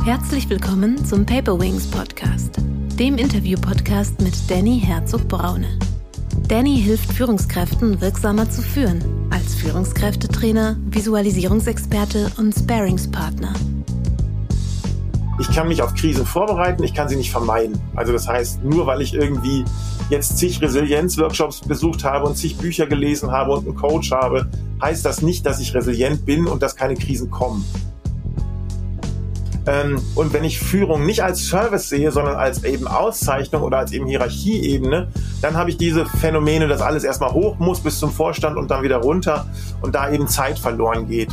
Herzlich willkommen zum Paperwings Podcast, dem Interview-Podcast mit Danny Herzog-Braune. Danny hilft Führungskräften wirksamer zu führen, als Führungskräftetrainer, Visualisierungsexperte und Sparingspartner. Ich kann mich auf Krisen vorbereiten, ich kann sie nicht vermeiden. Also das heißt, nur weil ich irgendwie jetzt zig Resilienz-Workshops besucht habe und zig Bücher gelesen habe und einen Coach habe, heißt das nicht, dass ich resilient bin und dass keine Krisen kommen. Und wenn ich Führung nicht als Service sehe, sondern als eben Auszeichnung oder als eben Hierarchieebene, dann habe ich diese Phänomene, dass alles erstmal hoch muss bis zum Vorstand und dann wieder runter und da eben Zeit verloren geht.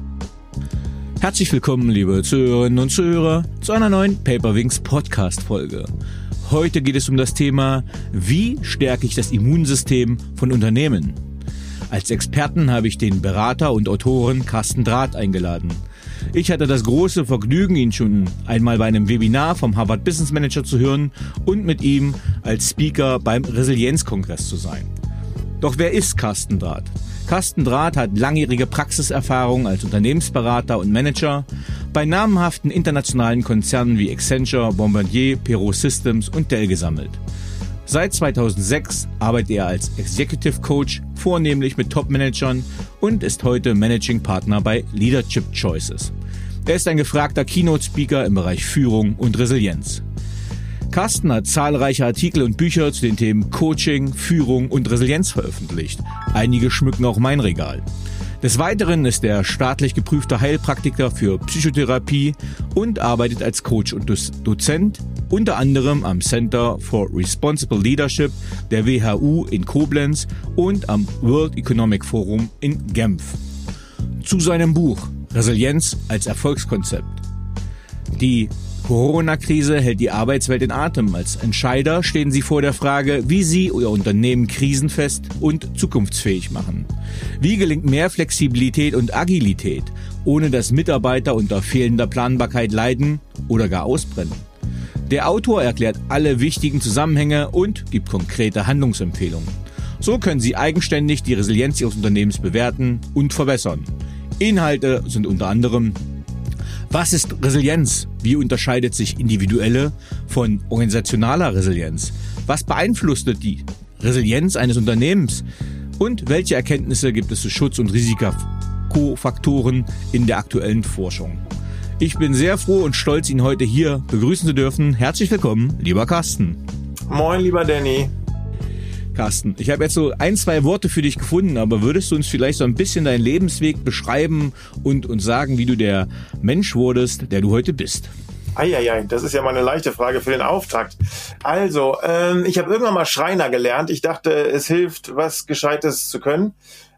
Herzlich willkommen, liebe Zuhörerinnen und Zuhörer, zu einer neuen Paperwings Podcast-Folge. Heute geht es um das Thema, wie stärke ich das Immunsystem von Unternehmen? Als Experten habe ich den Berater und Autoren Carsten Drath eingeladen. Ich hatte das große Vergnügen, ihn schon einmal bei einem Webinar vom Harvard Business Manager zu hören und mit ihm als Speaker beim Resilienzkongress zu sein. Doch wer ist Carsten Drath? Carsten Drath hat langjährige Praxiserfahrung als Unternehmensberater und Manager bei namhaften internationalen Konzernen wie Accenture, Bombardier, Perot Systems und Dell gesammelt. Seit 2006 arbeitet er als Executive Coach, vornehmlich mit Top-Managern und ist heute Managing Partner bei Leadership Choices. Er ist ein gefragter Keynote-Speaker im Bereich Führung und Resilienz. Carsten hat zahlreiche Artikel und Bücher zu den Themen Coaching, Führung und Resilienz veröffentlicht. Einige schmücken auch mein Regal. Des Weiteren ist er staatlich geprüfter Heilpraktiker für Psychotherapie und arbeitet als Coach und Dozent, unter anderem am Center for Responsible Leadership der WHU in Koblenz und am World Economic Forum in Genf. Zu seinem Buch Resilienz als Erfolgskonzept. Die Corona-Krise hält die Arbeitswelt in Atem. Als Entscheider stehen Sie vor der Frage, wie Sie Ihr Unternehmen krisenfest und zukunftsfähig machen. Wie gelingt mehr Flexibilität und Agilität, ohne dass Mitarbeiter unter fehlender Planbarkeit leiden oder gar ausbrennen? Der Autor erklärt alle wichtigen Zusammenhänge und gibt konkrete Handlungsempfehlungen. So können Sie eigenständig die Resilienz Ihres Unternehmens bewerten und verbessern. Inhalte sind unter anderem: Was ist Resilienz? Wie unterscheidet sich individuelle von organisationaler Resilienz? Was beeinflusst die Resilienz eines Unternehmens? Und welche Erkenntnisse gibt es zu Schutz- und Risikofaktoren in der aktuellen Forschung? Ich bin sehr froh und stolz, ihn heute hier begrüßen zu dürfen. Herzlich willkommen, lieber Carsten. Moin, lieber Danny. Carsten, ich habe jetzt so 1-2 Worte für dich gefunden, aber würdest du uns vielleicht so ein bisschen deinen Lebensweg beschreiben und uns sagen, wie du der Mensch wurdest, der du heute bist? Eieiei, das ist ja mal eine leichte Frage für den Auftakt. Also, ich habe irgendwann mal Schreiner gelernt. Ich dachte, es hilft, was Gescheites zu können.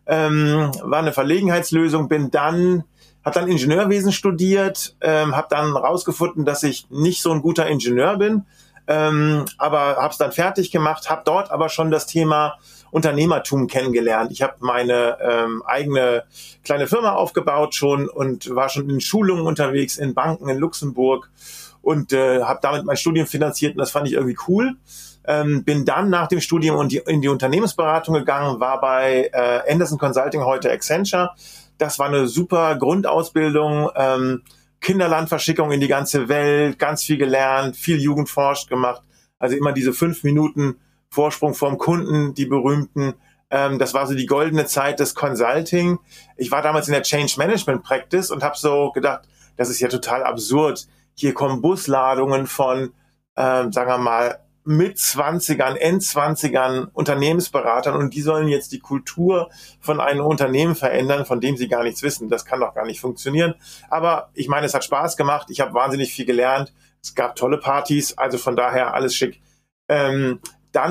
War eine Verlegenheitslösung, habe dann Ingenieurwesen studiert, habe dann rausgefunden, dass ich nicht so ein guter Ingenieur bin. Aber habe es dann fertig gemacht, habe dort aber schon das Thema Unternehmertum kennengelernt. Ich habe meine eigene kleine Firma aufgebaut schon und war schon in Schulungen unterwegs, in Banken in Luxemburg und habe damit mein Studium finanziert und das fand ich irgendwie cool. Bin dann nach dem Studium in die Unternehmensberatung gegangen, war bei Anderson Consulting, heute Accenture. Das war eine super Grundausbildung, Kinderlandverschickung in die ganze Welt, ganz viel gelernt, viel Jugendforscht gemacht. Also immer diese 5 Minuten Vorsprung vom Kunden, die berühmten. Das war so die goldene Zeit des Consulting. Ich war damals in der Change Management Practice und habe so gedacht, das ist ja total absurd. Hier kommen Busladungen von, sagen wir mal, Mit-20ern, End-20ern Unternehmensberatern und die sollen jetzt die Kultur von einem Unternehmen verändern, von dem sie gar nichts wissen. Das kann doch gar nicht funktionieren. Aber ich meine, es hat Spaß gemacht. Ich habe wahnsinnig viel gelernt. Es gab tolle Partys, also von daher alles schick. Dann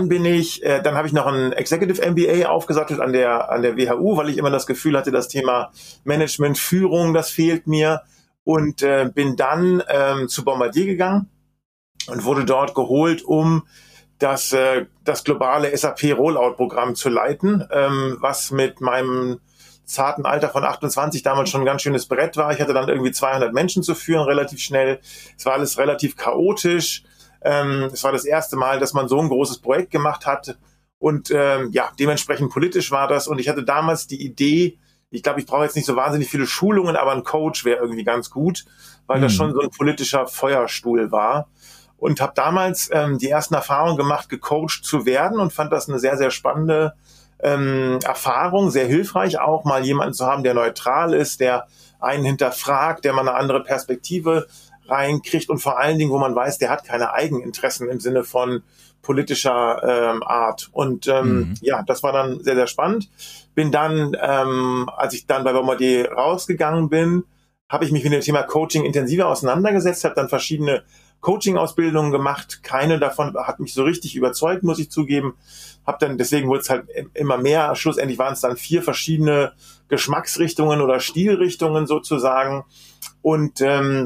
habe ich noch ein Executive MBA aufgesattelt an der WHU, weil ich immer das Gefühl hatte, das Thema Management, Führung, das fehlt mir und bin dann zu Bombardier gegangen und wurde dort geholt, um das globale SAP-Rollout-Programm zu leiten, was mit meinem zarten Alter von 28 damals schon ein ganz schönes Brett war. Ich hatte dann irgendwie 200 Menschen zu führen, relativ schnell. Es war alles relativ chaotisch. Es war das erste Mal, dass man so ein großes Projekt gemacht hat. Und dementsprechend politisch war das. Und ich hatte damals die Idee, ich glaube, ich brauche jetzt nicht so wahnsinnig viele Schulungen, aber ein Coach wäre irgendwie ganz gut, weil das schon so ein politischer Feuerstuhl war. Und habe damals die ersten Erfahrungen gemacht, gecoacht zu werden und fand das eine sehr, sehr spannende Erfahrung, sehr hilfreich auch, mal jemanden zu haben, der neutral ist, der einen hinterfragt, der mal eine andere Perspektive reinkriegt und vor allen Dingen, wo man weiß, der hat keine Eigeninteressen im Sinne von politischer Art. Und ja, das war dann sehr, sehr spannend. Bin dann, als ich dann bei Bombardier rausgegangen bin, habe ich mich mit dem Thema Coaching intensiver auseinandergesetzt, habe dann verschiedene Coaching-Ausbildungen gemacht. Keine davon hat mich so richtig überzeugt, muss ich zugeben. Deswegen wurde es halt immer mehr. Schlussendlich waren es dann 4 verschiedene Geschmacksrichtungen oder Stilrichtungen sozusagen. Und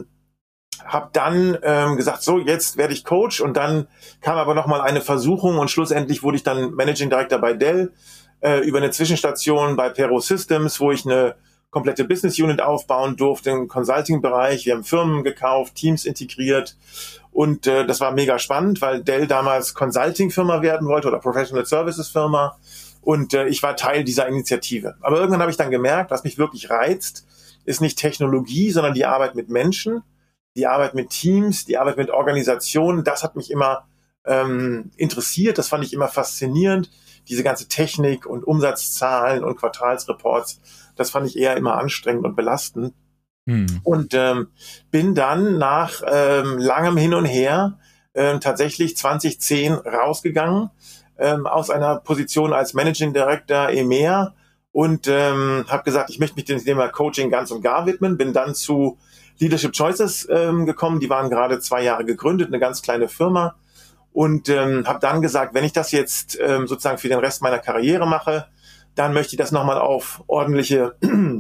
habe dann gesagt, so, jetzt werde ich Coach. Und dann kam aber nochmal eine Versuchung und schlussendlich wurde ich dann Managing Director bei Dell über eine Zwischenstation bei Pero Systems, wo ich eine komplette Business Unit aufbauen durfte im Consulting-Bereich. Wir haben Firmen gekauft, Teams integriert und das war mega spannend, weil Dell damals Consulting-Firma werden wollte oder Professional Services-Firma und ich war Teil dieser Initiative. Aber irgendwann habe ich dann gemerkt, was mich wirklich reizt, ist nicht Technologie, sondern die Arbeit mit Menschen, die Arbeit mit Teams, die Arbeit mit Organisationen. Das hat mich immer interessiert, das fand ich immer faszinierend. Diese ganze Technik und Umsatzzahlen und Quartalsreports, das fand ich eher immer anstrengend und belastend. Und bin dann nach langem Hin und Her tatsächlich 2010 rausgegangen aus einer Position als Managing Director EMEA und habe gesagt, ich möchte mich dem Thema Coaching ganz und gar widmen. Bin dann zu Leadership Choices gekommen. Die waren gerade 2 Jahre gegründet, eine ganz kleine Firma. Und habe dann gesagt, wenn ich das jetzt sozusagen für den Rest meiner Karriere mache, dann möchte ich das nochmal auf ordentliche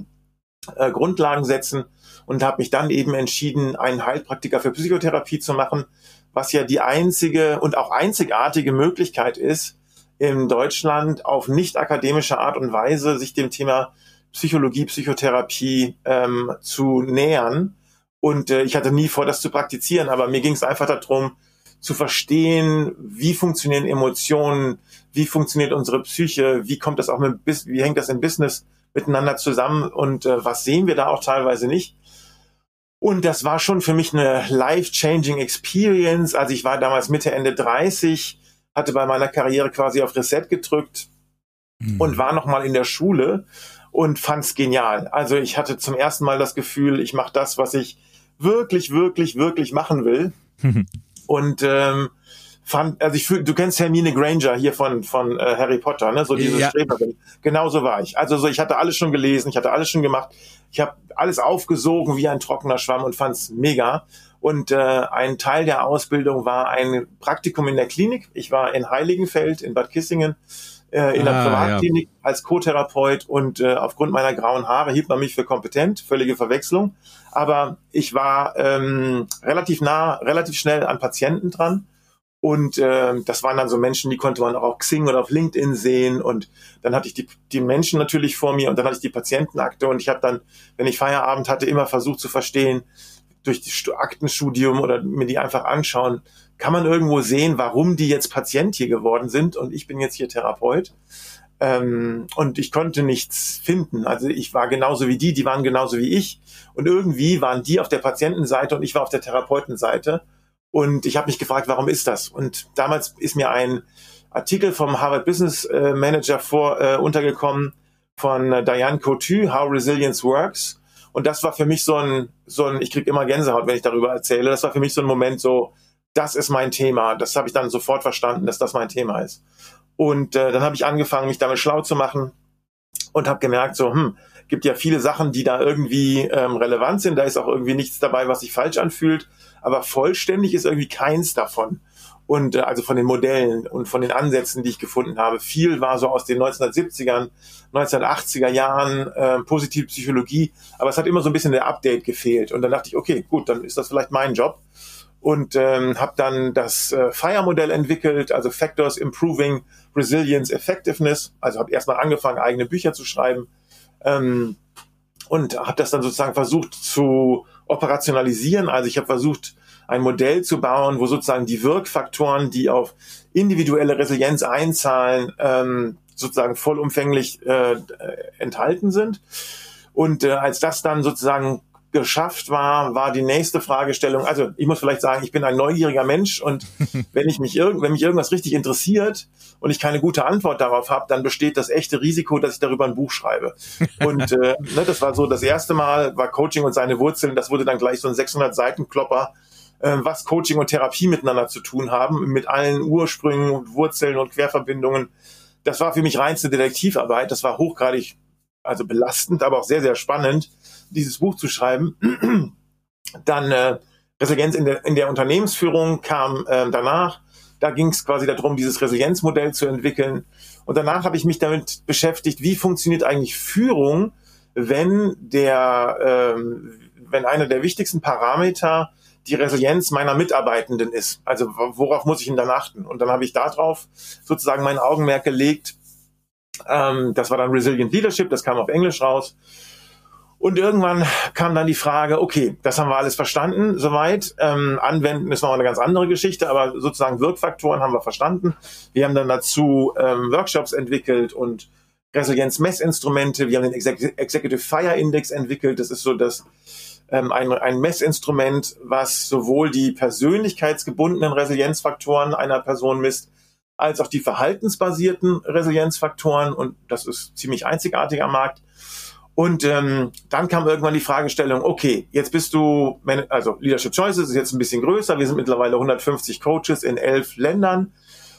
Grundlagen setzen und habe mich dann eben entschieden, einen Heilpraktiker für Psychotherapie zu machen, was ja die einzige und auch einzigartige Möglichkeit ist, in Deutschland auf nicht akademische Art und Weise sich dem Thema Psychologie, Psychotherapie zu nähern. Und ich hatte nie vor, das zu praktizieren, aber mir ging es einfach darum, zu verstehen, wie funktionieren Emotionen, wie funktioniert unsere Psyche, wie hängt das im Business miteinander zusammen und was sehen wir da auch teilweise nicht. Und das war schon für mich eine life-changing Experience. Also ich war damals Mitte, Ende 30, hatte bei meiner Karriere quasi auf Reset gedrückt und war nochmal in der Schule und fand's genial. Also ich hatte zum ersten Mal das Gefühl, ich mache das, was ich wirklich, wirklich, wirklich machen will. Und du kennst Hermine Granger hier von Harry Potter, ne? So diese Streberin. Genauso war ich. Also so, ich hatte alles schon gelesen, ich hatte alles schon gemacht. Ich habe alles aufgesogen wie ein trockener Schwamm und fand's mega. Und ein Teil der Ausbildung war ein Praktikum in der Klinik. Ich war in Heiligenfeld in Bad Kissingen in der Privatklinik als Co-Therapeut und aufgrund meiner grauen Haare hielt man mich für kompetent, völlige Verwechslung. Aber ich war relativ schnell an Patienten dran. Und das waren dann so Menschen, die konnte man auch auf Xing oder auf LinkedIn sehen. Und dann hatte ich die Menschen natürlich vor mir und dann hatte ich die Patientenakte. Und ich habe dann, wenn ich Feierabend hatte, immer versucht zu verstehen, durch das Aktenstudium oder mir die einfach anschauen, kann man irgendwo sehen, warum die jetzt Patient hier geworden sind und ich bin jetzt hier Therapeut. Und ich konnte nichts finden. Also ich war genauso wie die waren genauso wie ich. Und irgendwie waren die auf der Patientenseite und ich war auf der Therapeutenseite. Und ich habe mich gefragt, warum ist das? Und damals ist mir ein Artikel vom Harvard Business Manager untergekommen von Diane Coutu, How Resilience Works. Und das war für mich so ein, ich kriege immer Gänsehaut, wenn ich darüber erzähle. Das war für mich so ein Moment so, das ist mein Thema. Das habe ich dann sofort verstanden, dass das mein Thema ist. Und dann habe ich angefangen, mich damit schlau zu machen und habe gemerkt, so, gibt ja viele Sachen, die da irgendwie relevant sind. Da ist auch irgendwie nichts dabei, was sich falsch anfühlt. Aber vollständig ist irgendwie keins davon. Und also von den Modellen und von den Ansätzen, die ich gefunden habe. Viel war so aus den 1970ern, 1980er Jahren, positive Psychologie. Aber es hat immer so ein bisschen der Update gefehlt. Und dann dachte ich, okay, gut, dann ist das vielleicht mein Job. Und habe dann das FIRE-Modell entwickelt, also Factors Improving Resilience Effectiveness. Also habe erstmal angefangen, eigene Bücher zu schreiben und habe das dann sozusagen versucht zu operationalisieren. Also ich habe versucht, ein Modell zu bauen, wo sozusagen die Wirkfaktoren, die auf individuelle Resilienz einzahlen, sozusagen vollumfänglich enthalten sind. Und als das dann sozusagen geschafft war die nächste Fragestellung, also ich muss vielleicht sagen, ich bin ein neugieriger Mensch und wenn mich irgendwas richtig interessiert und ich keine gute Antwort darauf habe, dann besteht das echte Risiko, dass ich darüber ein Buch schreibe. Und das war so das erste Mal, war Coaching und seine Wurzeln, das wurde dann gleich so ein 600-Seiten-Klopper, was Coaching und Therapie miteinander zu tun haben, mit allen Ursprüngen und Wurzeln und Querverbindungen. Das war für mich reinste Detektivarbeit, das war hochgradig belastend, aber auch sehr, sehr spannend, dieses Buch zu schreiben. Dann Resilienz in der Unternehmensführung kam danach. Da ging es quasi darum, dieses Resilienzmodell zu entwickeln. Und danach habe ich mich damit beschäftigt, wie funktioniert eigentlich Führung, wenn einer der wichtigsten Parameter die Resilienz meiner Mitarbeitenden ist. Also worauf muss ich denn dann achten? Und dann habe ich darauf sozusagen mein Augenmerk gelegt. Das war dann Resilient Leadership, das kam auf Englisch raus. Und irgendwann kam dann die Frage, okay, das haben wir alles verstanden, soweit. Anwenden ist noch eine ganz andere Geschichte, aber sozusagen Wirkfaktoren haben wir verstanden. Wir haben dann dazu Workshops entwickelt und Resilienz-Messinstrumente. Wir haben den Executive Fire Index entwickelt. Das ist so ein Messinstrument, was sowohl die persönlichkeitsgebundenen Resilienzfaktoren einer Person misst, als auch die verhaltensbasierten Resilienzfaktoren. Und das ist ziemlich einzigartig am Markt. Und dann kam irgendwann die Fragestellung, okay, jetzt bist du, Leadership Choices ist jetzt ein bisschen größer. Wir sind mittlerweile 150 Coaches in 11 Ländern,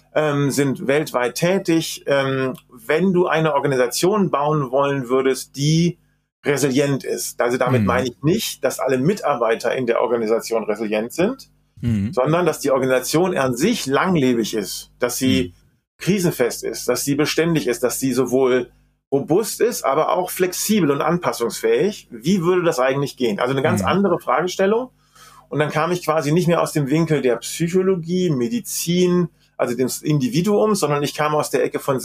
sind weltweit tätig. Wenn du eine Organisation bauen wollen würdest, die resilient ist, also damit meine ich nicht, dass alle Mitarbeiter in der Organisation resilient sind, sondern dass die Organisation an sich langlebig ist, dass sie krisenfest ist, dass sie beständig ist, dass sie sowohl robust ist, aber auch flexibel und anpassungsfähig. Wie würde das eigentlich gehen? Also eine ganz andere Fragestellung. Und dann kam ich quasi nicht mehr aus dem Winkel der Psychologie, Medizin, also des Individuums, sondern ich kam aus der Ecke von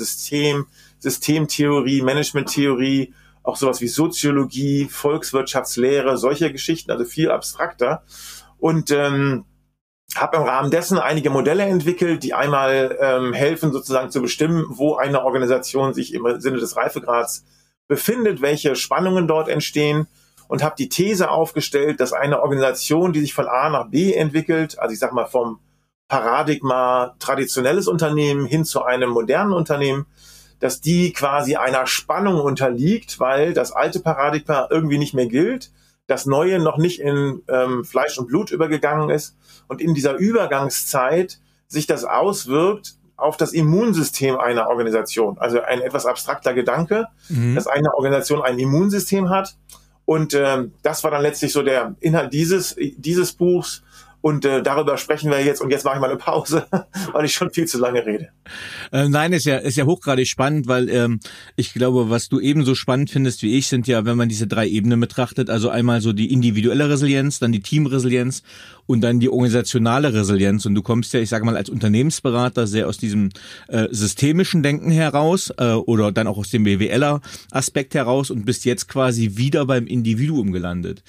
Systemtheorie, Managementtheorie, auch sowas wie Soziologie, Volkswirtschaftslehre, solche Geschichten, also viel abstrakter. Und habe im Rahmen dessen einige Modelle entwickelt, die einmal helfen, sozusagen zu bestimmen, wo eine Organisation sich im Sinne des Reifegrads befindet, welche Spannungen dort entstehen, und habe die These aufgestellt, dass eine Organisation, die sich von A nach B entwickelt, also ich sag mal vom Paradigma traditionelles Unternehmen hin zu einem modernen Unternehmen, dass die quasi einer Spannung unterliegt, weil das alte Paradigma irgendwie nicht mehr gilt, das Neue noch nicht in Fleisch und Blut übergegangen ist und in dieser Übergangszeit sich das auswirkt auf das Immunsystem einer Organisation. Also ein etwas abstrakter Gedanke, dass eine Organisation ein Immunsystem hat. Und das war dann letztlich so der Inhalt dieses Buchs. Und darüber sprechen wir jetzt. Und jetzt mache ich mal eine Pause, weil ich schon viel zu lange rede. Nein, ist ja hochgradig spannend, weil ich glaube, was du ebenso spannend findest wie ich, sind ja, wenn man diese 3 Ebenen betrachtet, also einmal so die individuelle Resilienz, dann die Teamresilienz und dann die organisationale Resilienz. Und du kommst ja, ich sage mal, als Unternehmensberater sehr aus diesem systemischen Denken heraus oder dann auch aus dem BWLer-Aspekt heraus und bist jetzt quasi wieder beim Individuum gelandet.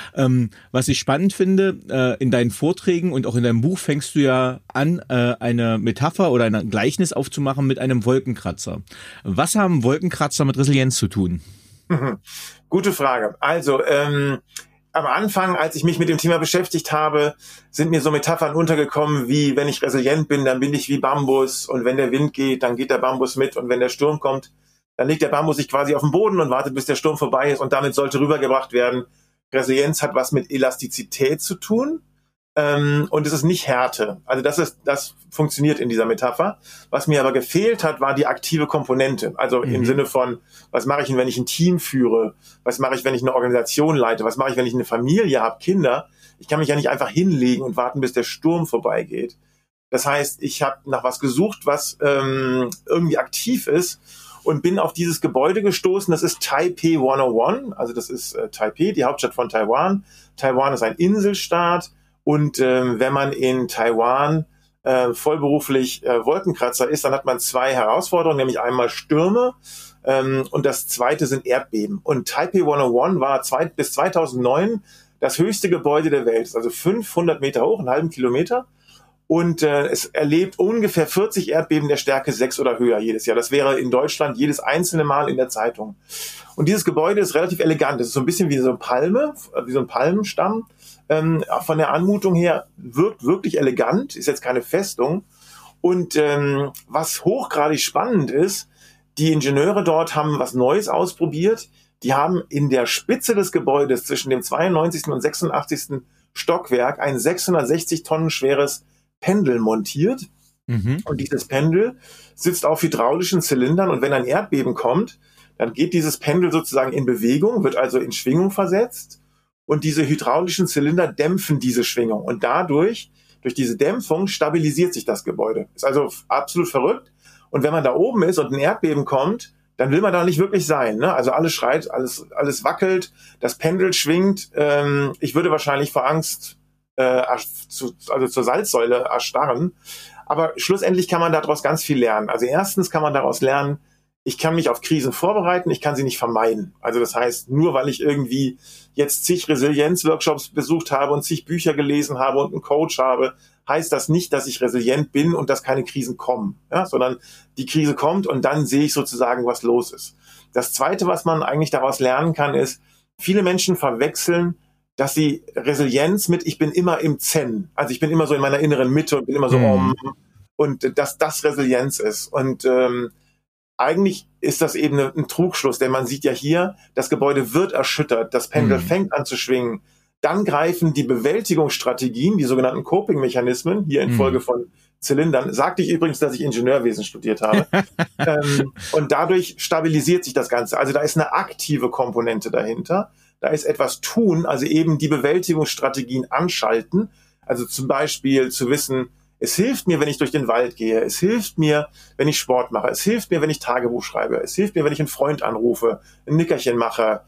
Was ich spannend finde, in deinen Vorträgen und auch in deinem Buch fängst du ja an, eine Metapher oder ein Gleichnis aufzumachen mit einem Wolkenkratzer. Was haben Wolkenkratzer mit Resilienz zu tun? Gute Frage. Also am Anfang, als ich mich mit dem Thema beschäftigt habe, sind mir so Metaphern untergekommen wie, wenn ich resilient bin, dann bin ich wie Bambus, und wenn der Wind geht, dann geht der Bambus mit, und wenn der Sturm kommt, dann legt der Bambus sich quasi auf den Boden und wartet, bis der Sturm vorbei ist, und damit sollte rübergebracht werden, Resilienz hat was mit Elastizität zu tun, und es ist nicht Härte. Also das funktioniert in dieser Metapher. Was mir aber gefehlt hat, war die aktive Komponente. Also im Sinne von, was mache ich denn, wenn ich ein Team führe? Was mache ich, wenn ich eine Organisation leite? Was mache ich, wenn ich eine Familie habe, Kinder? Ich kann mich ja nicht einfach hinlegen und warten, bis der Sturm vorbeigeht. Das heißt, ich habe nach was gesucht, was irgendwie aktiv ist, und bin auf dieses Gebäude gestoßen. Das ist Taipei 101. Also das ist Taipei, die Hauptstadt von Taiwan. Taiwan ist ein Inselstaat. Und wenn man in Taiwan vollberuflich Wolkenkratzer ist, dann hat man 2 Herausforderungen, nämlich einmal Stürme und das zweite sind Erdbeben. Und Taipei 101 war bis 2009 das höchste Gebäude der Welt, also 500 Meter hoch, einen halben Kilometer. und es erlebt ungefähr 40 Erdbeben der Stärke 6 oder höher jedes Jahr. Das wäre in Deutschland jedes einzelne Mal in der Zeitung. Und dieses Gebäude ist relativ elegant. Es ist so ein bisschen wie so eine Palme, wie so ein Palmenstamm. Von der Anmutung her wirkt wirklich elegant, ist jetzt keine Festung. Und was hochgradig spannend ist, die Ingenieure dort haben was Neues ausprobiert. Die haben in der Spitze des Gebäudes zwischen dem 92. und 86. Stockwerk ein 660 Tonnen schweres Pendel montiert. Und dieses Pendel sitzt auf hydraulischen Zylindern und wenn ein Erdbeben kommt, dann geht dieses Pendel sozusagen in Bewegung, wird also in Schwingung versetzt und diese hydraulischen Zylinder dämpfen diese Schwingung und durch diese Dämpfung stabilisiert sich das Gebäude. Ist also absolut verrückt und wenn man da oben ist und ein Erdbeben kommt, dann will man da nicht wirklich sein, ne? Also alles schreit, alles wackelt, das Pendel schwingt. Ich würde wahrscheinlich vor Angst zur Salzsäule erstarren. Aber schlussendlich kann man daraus ganz viel lernen. Also erstens kann man daraus lernen, ich kann mich auf Krisen vorbereiten, ich kann sie nicht vermeiden. Also das heißt, nur weil ich irgendwie jetzt zig Resilienzworkshops besucht habe und zig Bücher gelesen habe und einen Coach habe, heißt das nicht, dass ich resilient bin und dass keine Krisen kommen, ja, sondern die Krise kommt und dann sehe ich sozusagen, was los ist. Das Zweite, was man eigentlich daraus lernen kann, ist, viele Menschen verwechseln, dass sie Resilienz mit ich bin immer im Zen, also ich bin immer so in meiner inneren Mitte und bin immer so und dass das Resilienz ist. Und eigentlich ist das eben ein Trugschluss, denn man sieht ja hier, das Gebäude wird erschüttert, das Pendel fängt an zu schwingen. Dann greifen die Bewältigungsstrategien, die sogenannten Coping-Mechanismen, hier in Folge von Zylindern, sagte ich übrigens, dass ich Ingenieurwesen studiert habe. Und dadurch stabilisiert sich das Ganze. Also da ist eine aktive Komponente dahinter. Da ist etwas tun, also eben die Bewältigungsstrategien anschalten. Also zum Beispiel zu wissen, es hilft mir, wenn ich durch den Wald gehe. Es hilft mir, wenn ich Sport mache. Es hilft mir, wenn ich Tagebuch schreibe. Es hilft mir, wenn ich einen Freund anrufe, ein Nickerchen mache,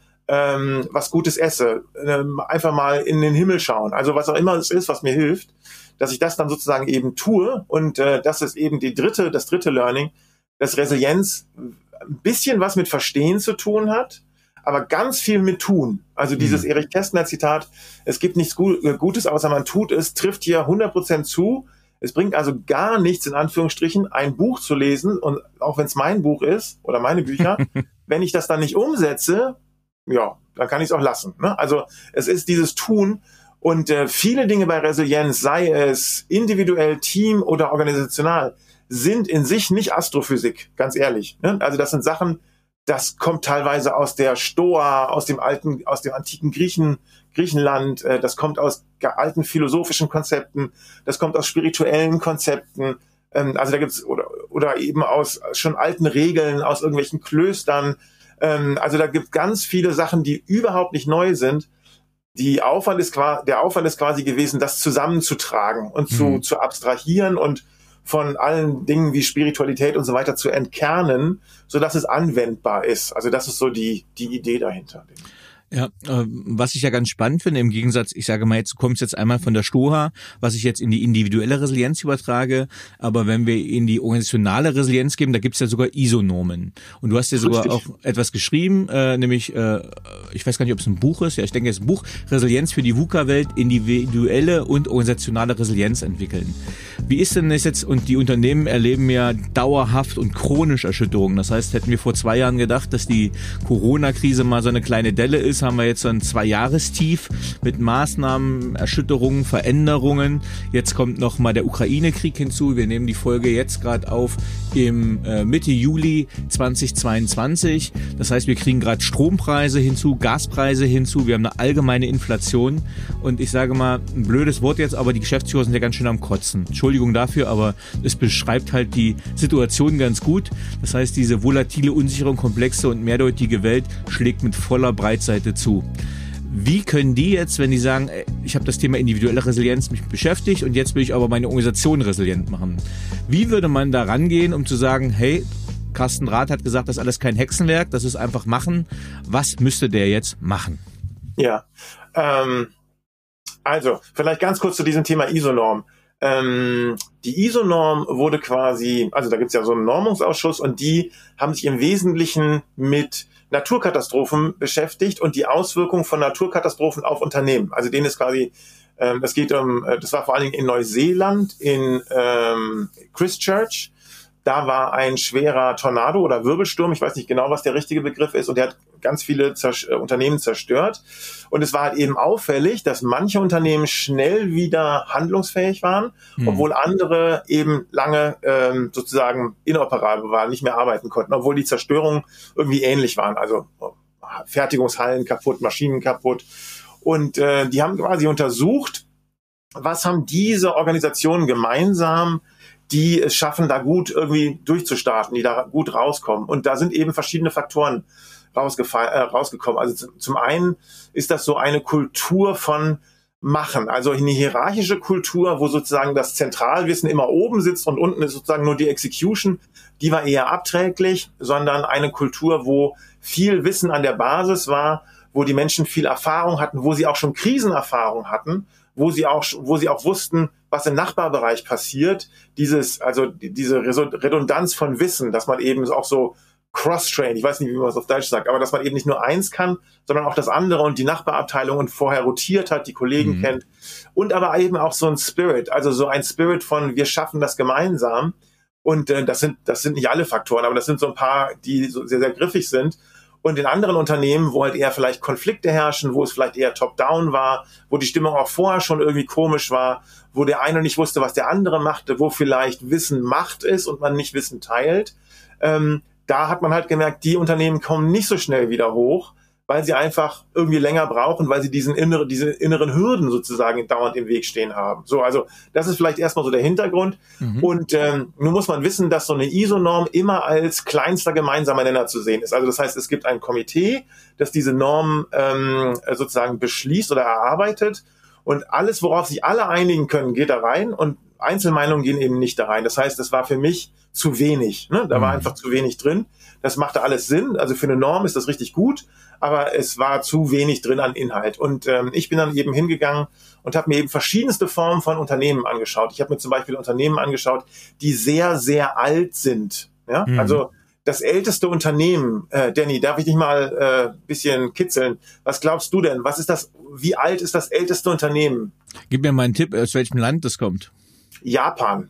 was Gutes esse, einfach mal in den Himmel schauen. Also was auch immer es ist, was mir hilft, dass ich das dann sozusagen eben tue. Und das ist eben das dritte Learning, dass Resilienz ein bisschen was mit Verstehen zu tun hat, aber ganz viel mit Tun. Also dieses Erich Kästner Zitat, es gibt nichts Gutes, außer man tut es, trifft hier 100% zu. Es bringt also gar nichts, in Anführungsstrichen, ein Buch zu lesen, und auch wenn es mein Buch ist oder meine Bücher, wenn ich das dann nicht umsetze, ja, dann kann ich es auch lassen, ne? Also es ist dieses Tun und viele Dinge bei Resilienz, sei es individuell, Team oder organisational, sind in sich nicht Astrophysik, ganz ehrlich, ne? Also das sind Sachen, das kommt teilweise aus der Stoa, aus dem antiken Griechenland, das kommt aus alten philosophischen Konzepten, das kommt aus spirituellen Konzepten, also da gibt's oder eben aus schon alten Regeln, aus irgendwelchen Klöstern, also da gibt ganz viele Sachen, die überhaupt nicht neu sind. Der Aufwand ist quasi gewesen, das zusammenzutragen und zu abstrahieren und von allen Dingen wie Spiritualität und so weiter zu entkernen, so dass es anwendbar ist. Also das ist so die Idee dahinter. Ja, was ich ja ganz spannend finde, im Gegensatz, ich sage mal, jetzt kommt es jetzt einmal von der Stoa, was ich jetzt in die individuelle Resilienz übertrage, aber wenn wir in die organisationale Resilienz gehen, da gibt's ja sogar ISO-Normen. Und du hast ja sogar auch etwas geschrieben, nämlich, ich weiß gar nicht, ob es ein Buch ist, ja, ich denke, es ist ein Buch, Resilienz für die VUCA-Welt, individuelle und organisationale Resilienz entwickeln. Wie ist denn das jetzt, und die Unternehmen erleben ja dauerhaft und chronisch Erschütterungen, das heißt, hätten wir vor 2 Jahren gedacht, dass die Corona-Krise mal so eine kleine Delle ist, haben wir jetzt so ein 2-Jahrestief mit Maßnahmen, Erschütterungen, Veränderungen. Jetzt kommt noch mal der Ukraine-Krieg hinzu. Wir nehmen die Folge jetzt gerade auf im Mitte Juli 2022. Das heißt, wir kriegen gerade Strompreise hinzu, Gaspreise hinzu. Wir haben eine allgemeine Inflation. Und ich sage mal, ein blödes Wort jetzt, aber die Geschäftsführer sind ja ganz schön am Kotzen. Entschuldigung dafür, aber es beschreibt halt die Situation ganz gut. Das heißt, diese volatile, unsichere und komplexe und mehrdeutige Welt schlägt mit voller Breitseite zu. Wie können die jetzt, wenn die sagen, ich habe das Thema individuelle Resilienz mich beschäftigt und jetzt will ich aber meine Organisation resilient machen, wie würde man da rangehen, um zu sagen, hey, Carsten Rath hat gesagt, das ist alles kein Hexenwerk, das ist einfach machen. Was müsste der jetzt machen? Ja, also vielleicht ganz kurz zu diesem Thema ISO-Norm. Die ISO-Norm wurde quasi, also da gibt's ja so einen Normungsausschuss und die haben sich im Wesentlichen mit Naturkatastrophen beschäftigt und die Auswirkungen von Naturkatastrophen auf Unternehmen. Also denen ist quasi Das war vor allen Dingen in Neuseeland, in Christchurch. Da war ein schwerer Tornado oder Wirbelsturm, ich weiß nicht genau, was der richtige Begriff ist, und der hat ganz viele Unternehmen zerstört. Und es war halt eben auffällig, dass manche Unternehmen schnell wieder handlungsfähig waren, obwohl andere eben lange sozusagen inoperabel waren, nicht mehr arbeiten konnten, obwohl die Zerstörungen irgendwie ähnlich waren. Also Fertigungshallen kaputt, Maschinen kaputt. Und die haben quasi untersucht, was haben diese Organisationen gemeinsam, die es schaffen, da gut irgendwie durchzustarten, die da gut rauskommen. Und da sind eben verschiedene Faktoren rausgekommen. Also zum einen ist das so eine Kultur von Machen, also eine hierarchische Kultur, wo sozusagen das Zentralwissen immer oben sitzt und unten ist sozusagen nur die Execution. Die war eher abträglich, sondern eine Kultur, wo viel Wissen an der Basis war, wo die Menschen viel Erfahrung hatten, wo sie auch schon Krisenerfahrung hatten, wo sie auch wussten, was im Nachbarbereich passiert, diese Redundanz von Wissen, dass man eben auch so cross-train, ich weiß nicht, wie man es auf Deutsch sagt, aber dass man eben nicht nur eins kann, sondern auch das andere und die Nachbarabteilung und vorher rotiert hat, die Kollegen kennt und aber eben auch so ein Spirit, also so ein Spirit von wir schaffen das gemeinsam und das sind nicht alle Faktoren, aber das sind so ein paar, die so sehr, sehr griffig sind. Und in anderen Unternehmen, wo halt eher vielleicht Konflikte herrschen, wo es vielleicht eher top-down war, wo die Stimmung auch vorher schon irgendwie komisch war, wo der eine nicht wusste, was der andere machte, wo vielleicht Wissen Macht ist und man nicht Wissen teilt, da hat man halt gemerkt, die Unternehmen kommen nicht so schnell wieder hoch, weil sie einfach irgendwie länger brauchen, weil sie diese inneren Hürden sozusagen dauernd im Weg stehen haben. So, also das ist vielleicht erstmal so der Hintergrund. Und nun muss man wissen, dass so eine ISO-Norm immer als kleinster gemeinsamer Nenner zu sehen ist. Also das heißt, es gibt ein Komitee, das diese Norm sozusagen beschließt oder erarbeitet und alles, worauf sich alle einigen können, geht da rein und Einzelmeinungen gehen eben nicht da rein. Das heißt, das war für mich zu wenig. Ne? Da war einfach zu wenig drin. Das machte alles Sinn. Also für eine Norm ist das richtig gut, aber es war zu wenig drin an Inhalt. Und ich bin dann eben hingegangen und habe mir eben verschiedenste Formen von Unternehmen angeschaut. Ich habe mir zum Beispiel Unternehmen angeschaut, die sehr, sehr alt sind. Ja? Also das älteste Unternehmen, Danny, darf ich dich mal bisschen kitzeln? Was glaubst du denn? Wie alt ist das älteste Unternehmen? Gib mir mal einen Tipp, aus welchem Land das kommt. Japan.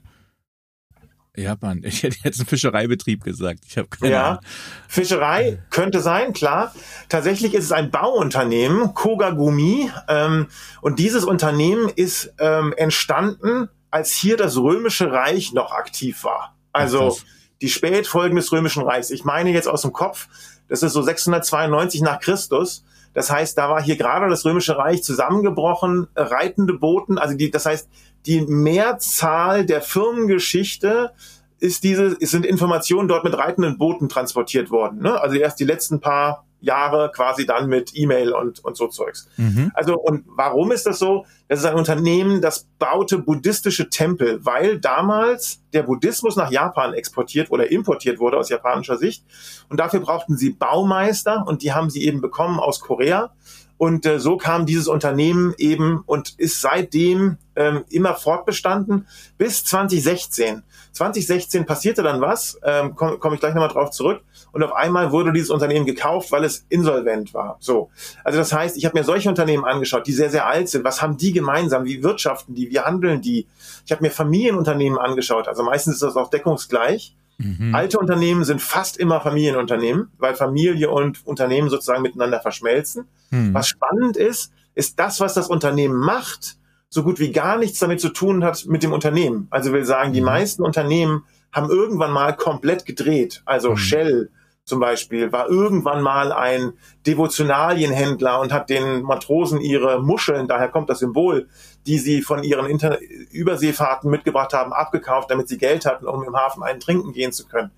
Ich hätte jetzt einen Fischereibetrieb gesagt. Ich habe keine Ahnung. Fischerei könnte sein, klar. Tatsächlich ist es ein Bauunternehmen, Kogagumi. Und dieses Unternehmen ist entstanden, als hier das Römische Reich noch aktiv war. Also die Spätfolgen des Römischen Reichs. Ich meine jetzt aus dem Kopf, das ist so 692 nach Christus. Das heißt, da war hier gerade das Römische Reich zusammengebrochen, reitende Boten, das heißt, die Mehrzahl der Firmengeschichte sind Informationen dort mit reitenden Booten transportiert worden. Ne? Also erst die letzten paar Jahre quasi dann mit E-Mail und so Zeugs. Also, und warum ist das so? Das ist ein Unternehmen, das baute buddhistische Tempel, weil damals der Buddhismus nach Japan exportiert oder importiert wurde aus japanischer Sicht. Und dafür brauchten sie Baumeister und die haben sie eben bekommen aus Korea. Und so kam dieses Unternehmen eben und ist seitdem immer fortbestanden bis 2016. 2016 passierte dann was, komme ich gleich nochmal drauf zurück. Und auf einmal wurde dieses Unternehmen gekauft, weil es insolvent war. So, also das heißt, ich habe mir solche Unternehmen angeschaut, die sehr, sehr alt sind. Was haben die gemeinsam? Wie wirtschaften die? Wie handeln die? Ich habe mir Familienunternehmen angeschaut. Also meistens ist das auch deckungsgleich. Alte Unternehmen sind fast immer Familienunternehmen, weil Familie und Unternehmen sozusagen miteinander verschmelzen. Was spannend ist das, was das Unternehmen macht, so gut wie gar nichts damit zu tun hat mit dem Unternehmen. Also will sagen, die meisten Unternehmen haben irgendwann mal komplett gedreht. Also Shell zum Beispiel war irgendwann mal ein Devotionalienhändler und hat den Matrosen ihre Muscheln, daher kommt das Symbol, die sie von ihren Überseefahrten mitgebracht haben, abgekauft, damit sie Geld hatten, um im Hafen einen trinken gehen zu können.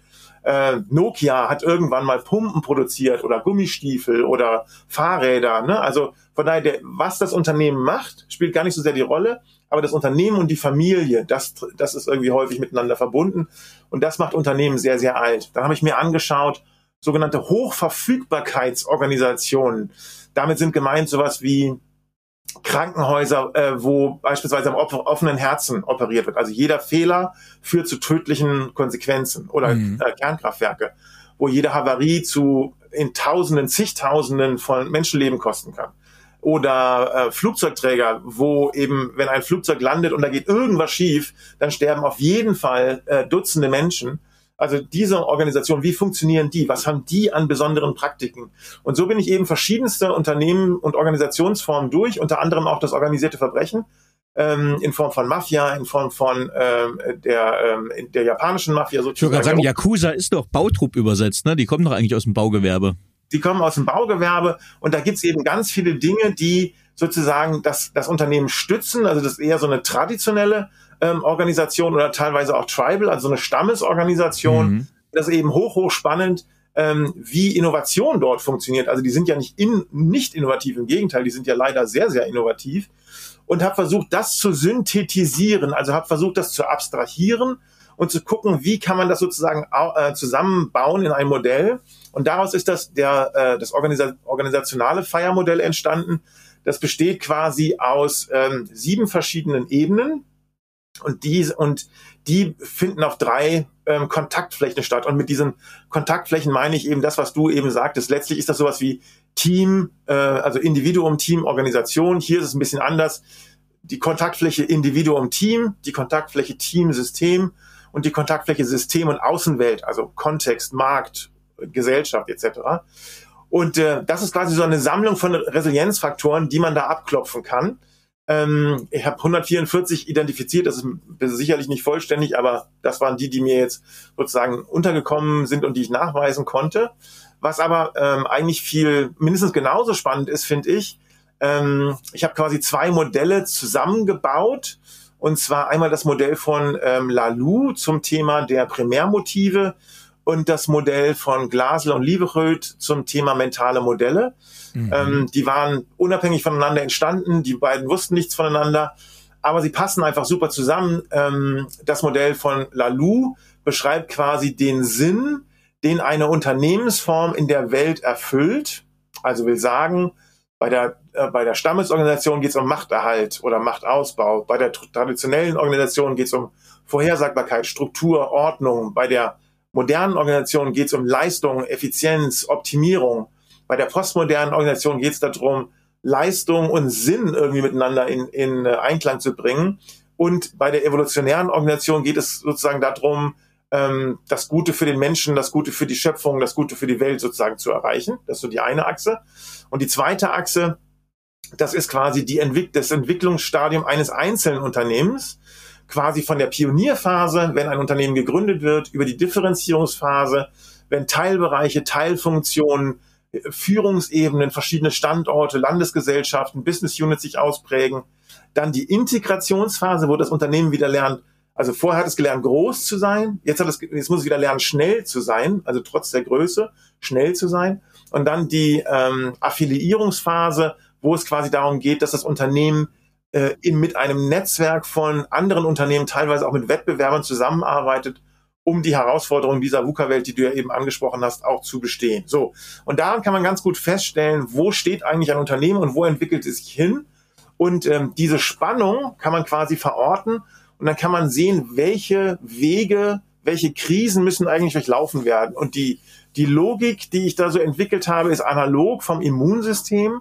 Nokia hat irgendwann mal Pumpen produziert oder Gummistiefel oder Fahrräder. Ne? Also von daher, was das Unternehmen macht, spielt gar nicht so sehr die Rolle, aber das Unternehmen und die Familie, das ist irgendwie häufig miteinander verbunden und das macht Unternehmen sehr, sehr alt. Dann habe ich mir angeschaut, sogenannte Hochverfügbarkeitsorganisationen. Damit sind gemeint sowas wie Krankenhäuser, wo beispielsweise am offenen Herzen operiert wird. Also jeder Fehler führt zu tödlichen Konsequenzen oder Kernkraftwerke, wo jede Havarie in Tausenden, zigtausenden von Menschenleben kosten kann. oder Flugzeugträger, wo eben, wenn ein Flugzeug landet und da geht irgendwas schief, dann sterben auf jeden Fall Dutzende Menschen. Also diese Organisation, wie funktionieren die? Was haben die an besonderen Praktiken? Und so bin ich eben verschiedenste Unternehmen und Organisationsformen durch, unter anderem auch das organisierte Verbrechen, in Form von Mafia, in Form von der japanischen Mafia sozusagen. Ich würde gerade sagen, Yakuza ist doch Bautrupp übersetzt, ne? Die kommen doch eigentlich aus dem Baugewerbe. Die kommen aus dem Baugewerbe und da gibt's eben ganz viele Dinge, die sozusagen das Unternehmen stützen. Also das ist eher so eine traditionelle Organisation oder teilweise auch Tribal, also eine Stammesorganisation. Mhm. Das ist eben hoch spannend, wie Innovation dort funktioniert. Also die sind ja nicht innovativ, im Gegenteil, die sind ja leider sehr, sehr innovativ. Und habe versucht, das zu synthetisieren, also habe versucht, das zu abstrahieren und zu gucken, wie kann man das sozusagen zusammenbauen in ein Modell. Und daraus ist das organisationale FIRE-Modell entstanden. Das besteht quasi aus 7 verschiedenen Ebenen und die finden auf 3 Kontaktflächen statt. Und mit diesen Kontaktflächen meine ich eben das, was du eben sagtest. Letztlich ist das sowas wie Team, also Individuum, Team, Organisation. Hier ist es ein bisschen anders. Die Kontaktfläche Individuum, Team, die Kontaktfläche Team, System und die Kontaktfläche System und Außenwelt, also Kontext, Markt, Gesellschaft etc. Und das ist quasi so eine Sammlung von Resilienzfaktoren, die man da abklopfen kann. Ich habe 144 identifiziert, das ist sicherlich nicht vollständig, aber das waren die mir jetzt sozusagen untergekommen sind und die ich nachweisen konnte. Was aber eigentlich mindestens genauso spannend ist, finde ich. Ich habe quasi 2 Modelle zusammengebaut. Und zwar einmal das Modell von Laloux zum Thema der Primärmotive und das Modell von Glasl und Lieberöd zum Thema mentale Modelle. Mhm. Die waren unabhängig voneinander entstanden. Die beiden wussten nichts voneinander. Aber sie passen einfach super zusammen. Das Modell von Laloux beschreibt quasi den Sinn, den eine Unternehmensform in der Welt erfüllt. Also will sagen, bei der Stammesorganisation geht es um Machterhalt oder Machtausbau. Bei der traditionellen Organisation geht es um Vorhersagbarkeit, Struktur, Ordnung. Bei der modernen Organisation geht es um Leistung, Effizienz, Optimierung. Bei der postmodernen Organisation geht es darum, Leistung und Sinn irgendwie miteinander in Einklang zu bringen. Und bei der evolutionären Organisation geht es sozusagen darum, das Gute für den Menschen, das Gute für die Schöpfung, das Gute für die Welt sozusagen zu erreichen. Das ist so die eine Achse. Und die zweite Achse, das ist quasi das Entwicklungsstadium eines einzelnen Unternehmens, quasi von der Pionierphase, wenn ein Unternehmen gegründet wird, über die Differenzierungsphase, wenn Teilbereiche, Teilfunktionen, Führungsebenen, verschiedene Standorte, Landesgesellschaften, Business Units sich ausprägen, dann die Integrationsphase, wo das Unternehmen wieder lernt, also vorher hat es gelernt, groß zu sein, jetzt muss es wieder lernen, schnell zu sein, also trotz der Größe, schnell zu sein. Und dann die Affiliierungsphase, wo es quasi darum geht, dass das Unternehmen mit einem Netzwerk von anderen Unternehmen, teilweise auch mit Wettbewerbern zusammenarbeitet, um die Herausforderungen dieser VUCA-Welt, die du ja eben angesprochen hast, auch zu bestehen. So. Und daran kann man ganz gut feststellen, wo steht eigentlich ein Unternehmen und wo entwickelt es sich hin. Und diese Spannung kann man quasi verorten. Und dann kann man sehen, welche Wege, welche Krisen müssen eigentlich durchlaufen werden. Und die Logik, die ich da so entwickelt habe, ist analog vom Immunsystem.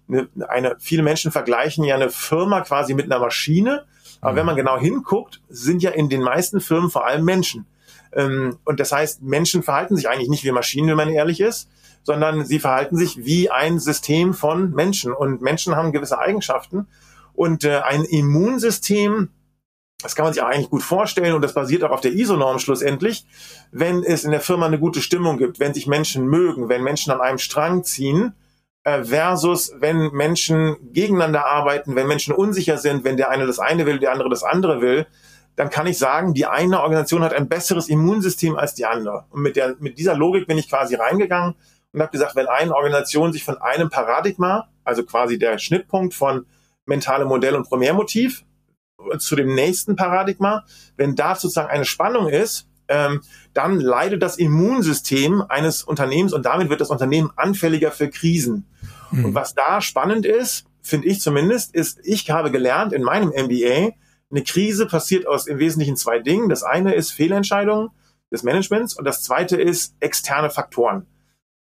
Viele Menschen vergleichen ja eine Firma quasi mit einer Maschine. Aber wenn man genau hinguckt, sind ja in den meisten Firmen vor allem Menschen. Und das heißt, Menschen verhalten sich eigentlich nicht wie Maschinen, wenn man ehrlich ist, sondern sie verhalten sich wie ein System von Menschen. Und Menschen haben gewisse Eigenschaften. Und ein Immunsystem, das kann man sich eigentlich gut vorstellen und das basiert auch auf der ISO-Norm schlussendlich, wenn es in der Firma eine gute Stimmung gibt, wenn sich Menschen mögen, wenn Menschen an einem Strang ziehen, versus wenn Menschen gegeneinander arbeiten, wenn Menschen unsicher sind, wenn der eine das eine will, der andere das andere will, dann kann ich sagen, die eine Organisation hat ein besseres Immunsystem als die andere. Und mit dieser Logik bin ich quasi reingegangen und habe gesagt, wenn eine Organisation sich von einem Paradigma, also quasi der Schnittpunkt von mentale Modell und Primärmotiv, zu dem nächsten Paradigma, wenn da sozusagen eine Spannung ist, dann leidet das Immunsystem eines Unternehmens und damit wird das Unternehmen anfälliger für Krisen. Mhm. Und was da spannend ist, finde ich zumindest, ist, ich habe gelernt in meinem MBA, eine Krise passiert aus im Wesentlichen 2 Dingen. Das eine ist Fehlentscheidungen des Managements und das zweite ist externe Faktoren.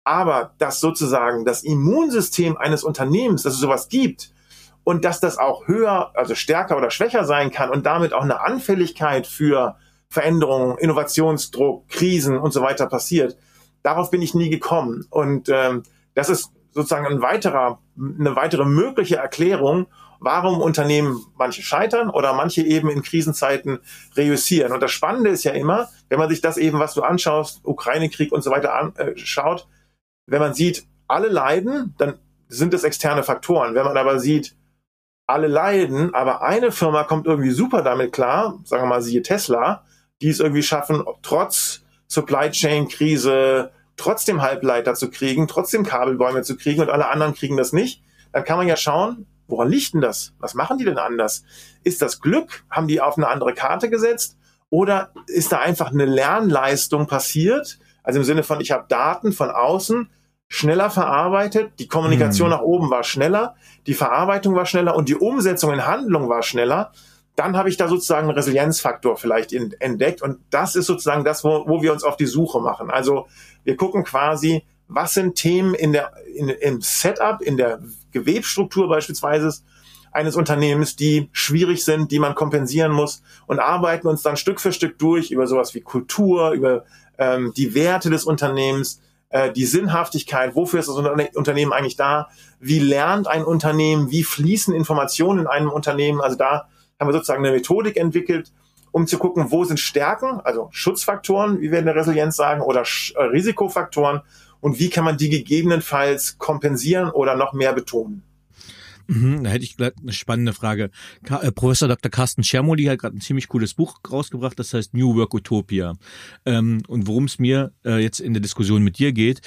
Aber dass sozusagen das Immunsystem eines Unternehmens, dass es sowas gibt und dass das auch höher, also stärker oder schwächer sein kann und damit auch eine Anfälligkeit für Veränderungen, Innovationsdruck, Krisen und so weiter passiert, darauf bin ich nie gekommen. Und das ist sozusagen eine weitere mögliche Erklärung, warum Unternehmen manche scheitern oder manche eben in Krisenzeiten reüssieren. Und das Spannende ist ja immer, wenn man sich das eben, was du anschaust, Ukraine-Krieg und so weiter anschaut, wenn man sieht, alle leiden, dann sind es externe Faktoren. Wenn man aber sieht, alle leiden, aber eine Firma kommt irgendwie super damit klar, sagen wir mal, siehe Tesla, die es irgendwie schaffen, trotz Supply Chain Krise, trotzdem Halbleiter zu kriegen, trotzdem Kabelbäume zu kriegen und alle anderen kriegen das nicht, dann kann man ja schauen, woran liegt denn das? Was machen die denn anders? Ist das Glück? Haben die auf eine andere Karte gesetzt? Oder ist da einfach eine Lernleistung passiert? Also im Sinne von, ich habe Daten von außen schneller verarbeitet, die Kommunikation nach oben war schneller, die Verarbeitung war schneller und die Umsetzung in Handlung war schneller. Dann habe ich da sozusagen einen Resilienzfaktor vielleicht entdeckt und das ist sozusagen das, wo wir uns auf die Suche machen. Also wir gucken quasi, was sind Themen im Setup, in der Gewebsstruktur beispielsweise eines Unternehmens, die schwierig sind, die man kompensieren muss und arbeiten uns dann Stück für Stück durch über sowas wie Kultur, über die Werte des Unternehmens, die Sinnhaftigkeit, wofür ist das Unternehmen eigentlich da, wie lernt ein Unternehmen, wie fließen Informationen in einem Unternehmen, also da haben wir sozusagen eine Methodik entwickelt, um zu gucken, wo sind Stärken, also Schutzfaktoren, wie wir in der Resilienz sagen, oder Risikofaktoren und wie kann man die gegebenenfalls kompensieren oder noch mehr betonen. Da hätte ich gleich eine spannende Frage. Professor Dr. Carsten Schermoli hat gerade ein ziemlich cooles Buch rausgebracht, das heißt New Work Utopia. Und worum es mir jetzt in der Diskussion mit dir geht,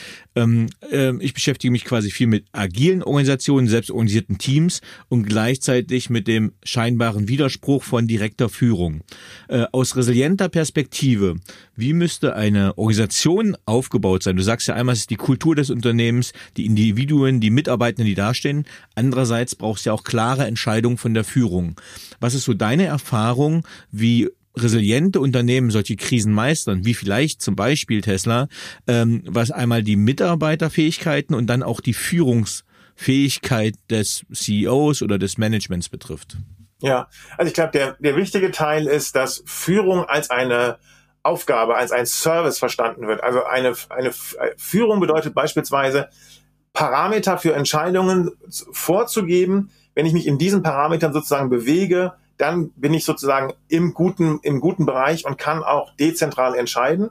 ich beschäftige mich quasi viel mit agilen Organisationen, selbstorganisierten Teams und gleichzeitig mit dem scheinbaren Widerspruch von direkter Führung. Aus resilienter Perspektive, wie müsste eine Organisation aufgebaut sein? Du sagst ja einmal, es ist die Kultur des Unternehmens, die Individuen, die Mitarbeitenden, die dastehen. Andererseits brauchst du ja auch klare Entscheidungen von der Führung. Was ist so deine Erfahrung, wie resiliente Unternehmen solche Krisen meistern, wie vielleicht zum Beispiel Tesla, was einmal die Mitarbeiterfähigkeiten und dann auch die Führungsfähigkeit des CEOs oder des Managements betrifft? Ja, also ich glaube, der wichtige Teil ist, dass Führung als eine Aufgabe, als ein Service verstanden wird. Also eine Führung bedeutet beispielsweise, Parameter für Entscheidungen vorzugeben. Wenn ich mich in diesen Parametern sozusagen bewege, dann bin ich sozusagen im guten Bereich und kann auch dezentral entscheiden.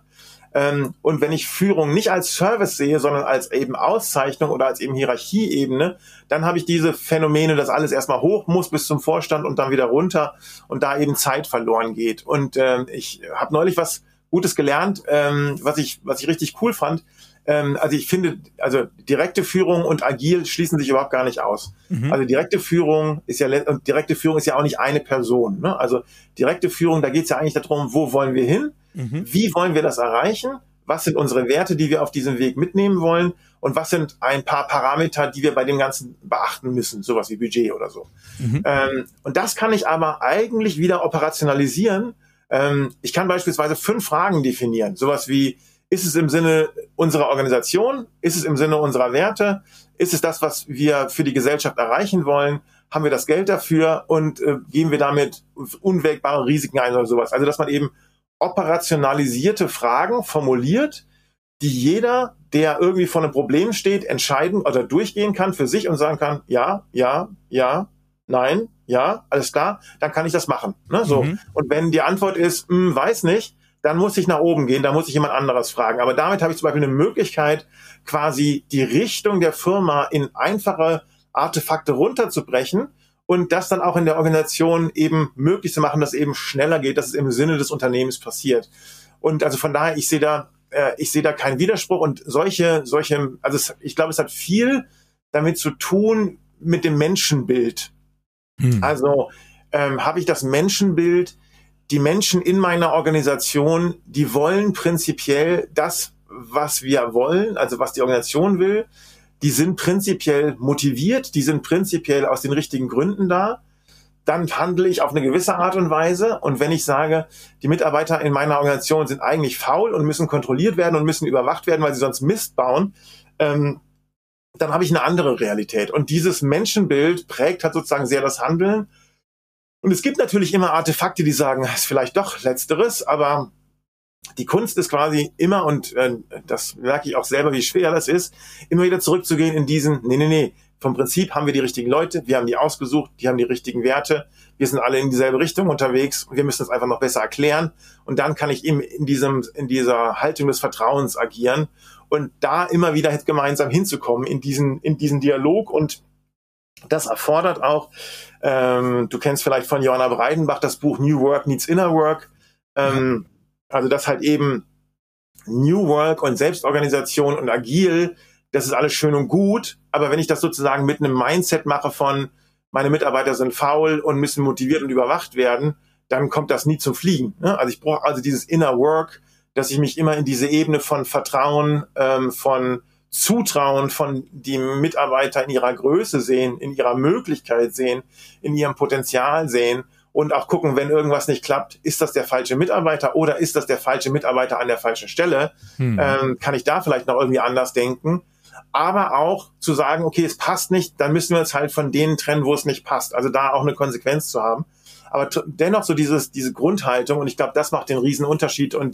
Und wenn ich Führung nicht als Service sehe, sondern als eben Auszeichnung oder als eben Hierarchieebene, dann habe ich diese Phänomene, dass alles erstmal hoch muss bis zum Vorstand und dann wieder runter und da eben Zeit verloren geht. Und ich habe neulich was Gutes gelernt, was ich richtig cool fand. Also ich finde, also direkte Führung und agil schließen sich überhaupt gar nicht aus. Also direkte Führung ist ja auch nicht eine Person. Ne? Also direkte Führung, da geht es ja eigentlich darum, wo wollen wir hin? Wie wollen wir das erreichen? Was sind unsere Werte, die wir auf diesem Weg mitnehmen wollen? Und was sind ein paar Parameter, die wir bei dem Ganzen beachten müssen? Sowas wie Budget oder so. Und das kann ich aber eigentlich wieder operationalisieren. Ich kann beispielsweise 5 Fragen definieren. Sowas wie, ist es im Sinne unserer Organisation? Ist es im Sinne unserer Werte? Ist es das, was wir für die Gesellschaft erreichen wollen? Haben wir das Geld dafür? Und gehen wir damit unwägbare Risiken ein oder sowas? Also, dass man eben operationalisierte Fragen formuliert, die jeder, der irgendwie vor einem Problem steht, entscheiden oder durchgehen kann für sich und sagen kann, ja, ja, ja, nein, ja, alles klar, dann kann ich das machen. Ne? So. Und wenn die Antwort ist, weiß nicht, dann muss ich nach oben gehen, da muss ich jemand anderes fragen. Aber damit habe ich zum Beispiel eine Möglichkeit, quasi die Richtung der Firma in einfache Artefakte runterzubrechen und das dann auch in der Organisation eben möglich zu machen, dass es eben schneller geht, dass es im Sinne des Unternehmens passiert. Und also von daher, ich sehe da keinen Widerspruch und ich glaube, es hat viel damit zu tun mit dem Menschenbild. Also habe ich das Menschenbild, die Menschen in meiner Organisation, die wollen prinzipiell das, was wir wollen, also was die Organisation will. Die sind prinzipiell motiviert, die sind prinzipiell aus den richtigen Gründen da. Dann handle ich auf eine gewisse Art und Weise. Und wenn ich sage, die Mitarbeiter in meiner Organisation sind eigentlich faul und müssen kontrolliert werden und müssen überwacht werden, weil sie sonst Mist bauen, dann habe ich eine andere Realität. Und dieses Menschenbild prägt halt sozusagen sehr das Handeln. Und es gibt natürlich immer Artefakte, die sagen, es ist vielleicht doch Letzteres, aber die Kunst ist quasi immer, und das merke ich auch selber, wie schwer das ist, immer wieder zurückzugehen in diesen, nee, vom Prinzip haben wir die richtigen Leute, wir haben die ausgesucht, die haben die richtigen Werte, wir sind alle in dieselbe Richtung unterwegs und wir müssen es einfach noch besser erklären. Und dann kann ich eben in dieser Haltung des Vertrauens agieren und da immer wieder gemeinsam hinzukommen in diesen Dialog. Und das erfordert auch, du kennst vielleicht von Johanna Breidenbach das Buch New Work Needs Inner Work, also dass halt eben New Work und Selbstorganisation und agil, das ist alles schön und gut, aber wenn ich das sozusagen mit einem Mindset mache von, meine Mitarbeiter sind faul und müssen motiviert und überwacht werden, dann kommt das nie zum Fliegen. Ne? Also ich brauche also dieses Inner Work, dass ich mich immer in diese Ebene von Vertrauen, von Zutrauen, von die Mitarbeiter in ihrer Größe sehen, in ihrer Möglichkeit sehen, in ihrem Potenzial sehen und auch gucken, wenn irgendwas nicht klappt, ist das der falsche Mitarbeiter oder ist das der falsche Mitarbeiter an der falschen Stelle? Kann ich da vielleicht noch irgendwie anders denken? Aber auch zu sagen, okay, es passt nicht, dann müssen wir uns halt von denen trennen, wo es nicht passt. Also da auch eine Konsequenz zu haben. Aber dennoch so diese Grundhaltung, und ich glaube, das macht den riesen Unterschied. Und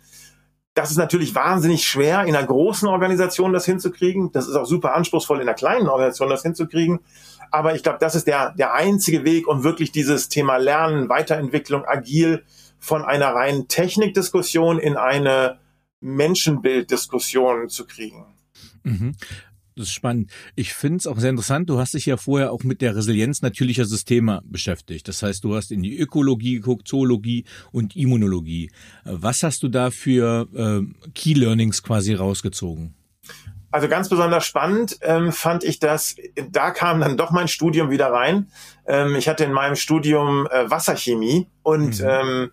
das ist natürlich wahnsinnig schwer, in einer großen Organisation das hinzukriegen. Das ist auch super anspruchsvoll, in einer kleinen Organisation das hinzukriegen. Aber ich glaube, das ist der einzige Weg, um wirklich dieses Thema Lernen, Weiterentwicklung, agil von einer reinen Technikdiskussion in eine Menschenbilddiskussion zu kriegen. Mhm. Das ist spannend. Ich finde es auch sehr interessant. Du hast dich ja vorher auch mit der Resilienz natürlicher Systeme beschäftigt. Das heißt, du hast in die Ökologie geguckt, Zoologie und Immunologie. Was hast du da für Key Learnings quasi rausgezogen? Also ganz besonders spannend fand ich das, da kam dann doch mein Studium wieder rein. Ich hatte in meinem Studium Wasserchemie und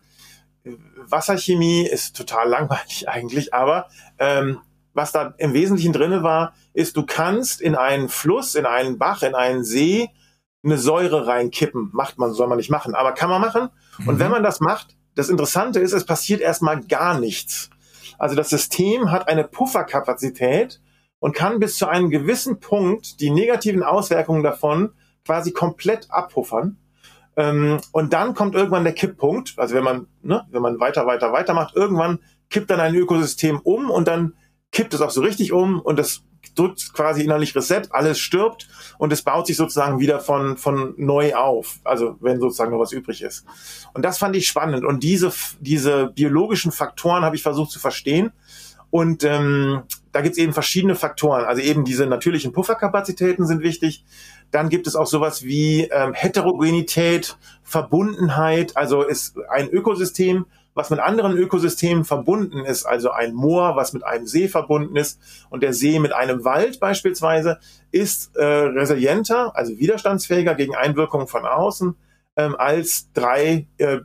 Wasserchemie ist total langweilig eigentlich, aber was da im Wesentlichen drinne war, ist, du kannst in einen Fluss, in einen Bach, in einen See eine Säure reinkippen. Soll man nicht machen, aber kann man machen. Und wenn man das macht, das Interessante ist, es passiert erstmal gar nichts. Also das System hat eine Pufferkapazität und kann bis zu einem gewissen Punkt die negativen Auswirkungen davon quasi komplett abpuffern. Und dann kommt irgendwann der Kipppunkt. Also wenn man weitermacht, irgendwann kippt dann ein Ökosystem um und dann kippt es auch so richtig um und das drückt quasi innerlich Reset, alles stirbt und es baut sich sozusagen wieder von neu auf, also wenn sozusagen noch was übrig ist. Und das fand ich spannend und diese biologischen Faktoren habe ich versucht zu verstehen und da gibt es eben verschiedene Faktoren, also eben diese natürlichen Pufferkapazitäten sind wichtig, dann gibt es auch sowas wie Heterogenität, Verbundenheit, also ist ein Ökosystem, was mit anderen Ökosystemen verbunden ist, also ein Moor, was mit einem See verbunden ist und der See mit einem Wald beispielsweise, ist resilienter, also widerstandsfähiger gegen Einwirkungen von außen, als 3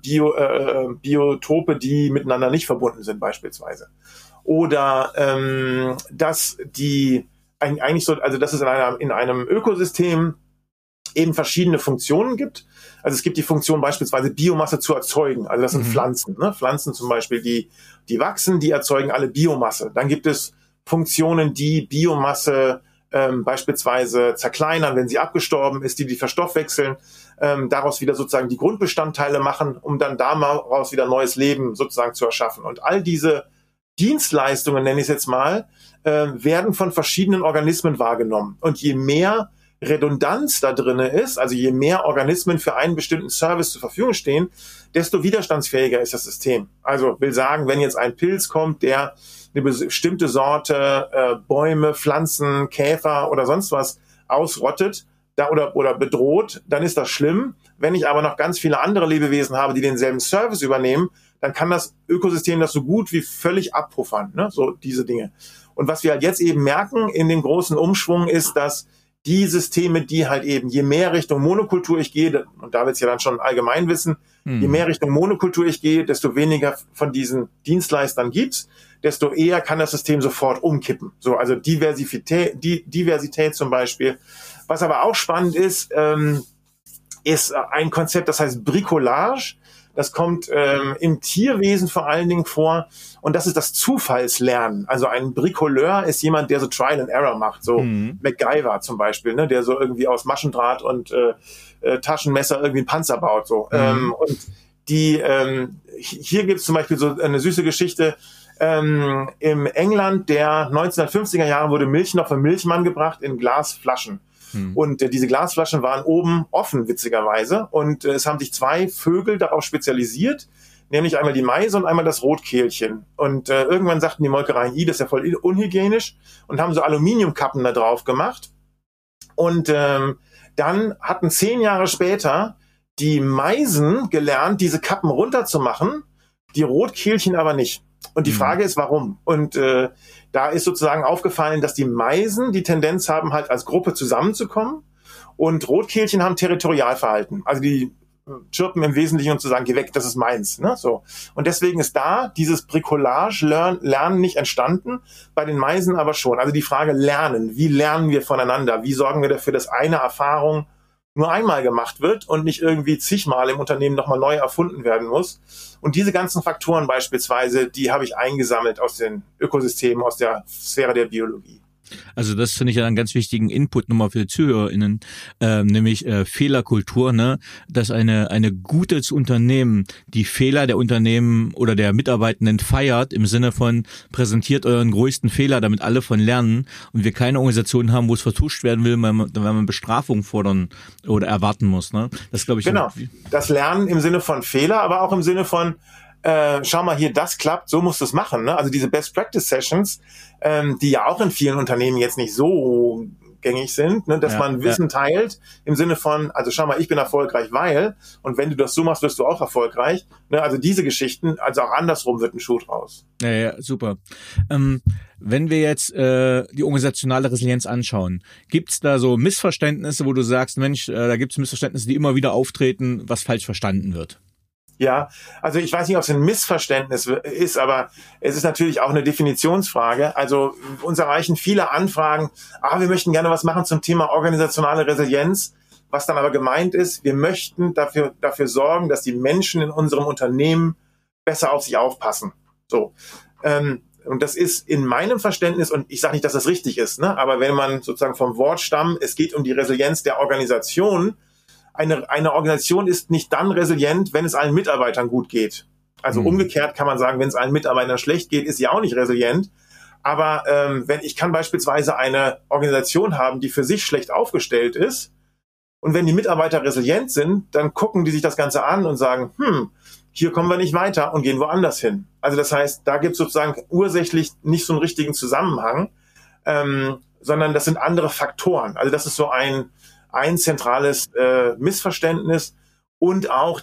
Biotope, die miteinander nicht verbunden sind beispielsweise. Oder dass dass es in einem Ökosystem eben verschiedene Funktionen gibt. Also es gibt die Funktion beispielsweise Biomasse zu erzeugen. Also das sind Pflanzen. Ne? Pflanzen zum Beispiel, die wachsen, die erzeugen alle Biomasse. Dann gibt es Funktionen, die Biomasse beispielsweise zerkleinern, wenn sie abgestorben ist, die verstoffwechseln, daraus wieder sozusagen die Grundbestandteile machen, um dann daraus wieder neues Leben sozusagen zu erschaffen. Und all diese Dienstleistungen, nenne ich es jetzt mal, werden von verschiedenen Organismen wahrgenommen. Und je mehr Redundanz da drinne ist, also je mehr Organismen für einen bestimmten Service zur Verfügung stehen, desto widerstandsfähiger ist das System. Also will sagen, wenn jetzt ein Pilz kommt, der eine bestimmte Sorte Bäume, Pflanzen, Käfer oder sonst was ausrottet oder bedroht, dann ist das schlimm. Wenn ich aber noch ganz viele andere Lebewesen habe, die denselben Service übernehmen, dann kann das Ökosystem das so gut wie völlig abpuffern, ne? So diese Dinge. Und was wir halt jetzt eben merken in dem großen Umschwung ist, dass die Systeme, die halt eben, je mehr Richtung Monokultur ich gehe, und da wird es ja dann schon allgemein wissen, je mehr Richtung Monokultur ich gehe, desto weniger von diesen Dienstleistern gibt's, desto eher kann das System sofort umkippen. So, also Diversität zum Beispiel. Was aber auch spannend ist, ist ein Konzept, das heißt Bricolage. Das kommt im Tierwesen vor allen Dingen vor. Und das ist das Zufallslernen. Also ein Bricoleur ist jemand, der so Trial and Error macht. So MacGyver zum Beispiel, ne, der so irgendwie aus Maschendraht und Taschenmesser irgendwie einen Panzer baut. So. Und hier gibt es zum Beispiel so eine süße Geschichte. Im England der 1950er Jahre wurde Milch noch vom Milchmann gebracht in Glasflaschen. Und diese Glasflaschen waren oben offen, witzigerweise. Und es haben sich 2 Vögel darauf spezialisiert, nämlich einmal die Meise und einmal das Rotkehlchen. Und irgendwann sagten die Molkereien, das ist ja voll unhygienisch, und haben so Aluminiumkappen da drauf gemacht. Und dann hatten 10 Jahre später die Meisen gelernt, diese Kappen runterzumachen, die Rotkehlchen aber nicht. Und die Frage ist, warum? Und da ist sozusagen aufgefallen, dass die Meisen die Tendenz haben, halt als Gruppe zusammenzukommen, und Rotkehlchen haben Territorialverhalten. Also die chirpen im Wesentlichen, um zu sagen, geh weg, das ist meins. Ne? So. Und deswegen ist da dieses Bricolage-Lernen nicht entstanden, bei den Meisen aber schon. Also die Frage Lernen, wie lernen wir voneinander? Wie sorgen wir dafür, dass eine Erfahrung nur einmal gemacht wird und nicht irgendwie zigmal im Unternehmen nochmal neu erfunden werden muss. Und diese ganzen Faktoren beispielsweise, die habe ich eingesammelt aus den Ökosystemen, aus der Sphäre der Biologie. Also das finde ich ja einen ganz wichtigen Input nochmal für die ZuhörerInnen, nämlich Fehlerkultur, ne? Dass eine gutes Unternehmen die Fehler der Unternehmen oder der Mitarbeitenden feiert, im Sinne von präsentiert euren größten Fehler, damit alle von lernen, und wir keine Organisation haben, wo es vertuscht werden will, weil man Bestrafung fordern oder erwarten muss, ne? Das glaube ich. Genau. Das Lernen im Sinne von Fehler, aber auch im Sinne von schau mal hier, das klappt, so musst du es machen. Ne? Also diese Best-Practice-Sessions, die ja auch in vielen Unternehmen jetzt nicht so gängig sind, ne? Dass man Wissen teilt im Sinne von, also schau mal, ich bin erfolgreich, weil, und wenn du das so machst, wirst du auch erfolgreich. Ne? Also diese Geschichten, also auch andersrum wird ein Schuh draus. Ja, super. Wenn wir jetzt die organisationale Resilienz anschauen, gibt's da so Missverständnisse, wo du sagst, Mensch, da gibt's Missverständnisse, die immer wieder auftreten, was falsch verstanden wird? Ja, also ich weiß nicht, ob es ein Missverständnis ist, aber es ist natürlich auch eine Definitionsfrage. Also uns erreichen viele Anfragen, wir möchten gerne was machen zum Thema organisationale Resilienz, was dann aber gemeint ist, wir möchten dafür sorgen, dass die Menschen in unserem Unternehmen besser auf sich aufpassen. So. Und das ist in meinem Verständnis, und ich sage nicht, dass das richtig ist, ne? Aber wenn man sozusagen vom Wortstamm, es geht um die Resilienz der Organisation. Eine Organisation ist nicht dann resilient, wenn es allen Mitarbeitern gut geht. Also umgekehrt kann man sagen, wenn es allen Mitarbeitern schlecht geht, ist sie auch nicht resilient. Aber wenn ich kann beispielsweise eine Organisation haben, die für sich schlecht aufgestellt ist, und wenn die Mitarbeiter resilient sind, dann gucken die sich das Ganze an und sagen, hier kommen wir nicht weiter und gehen woanders hin. Also das heißt, da gibt es sozusagen ursächlich nicht so einen richtigen Zusammenhang, sondern das sind andere Faktoren. Also das ist so ein zentrales Missverständnis, und auch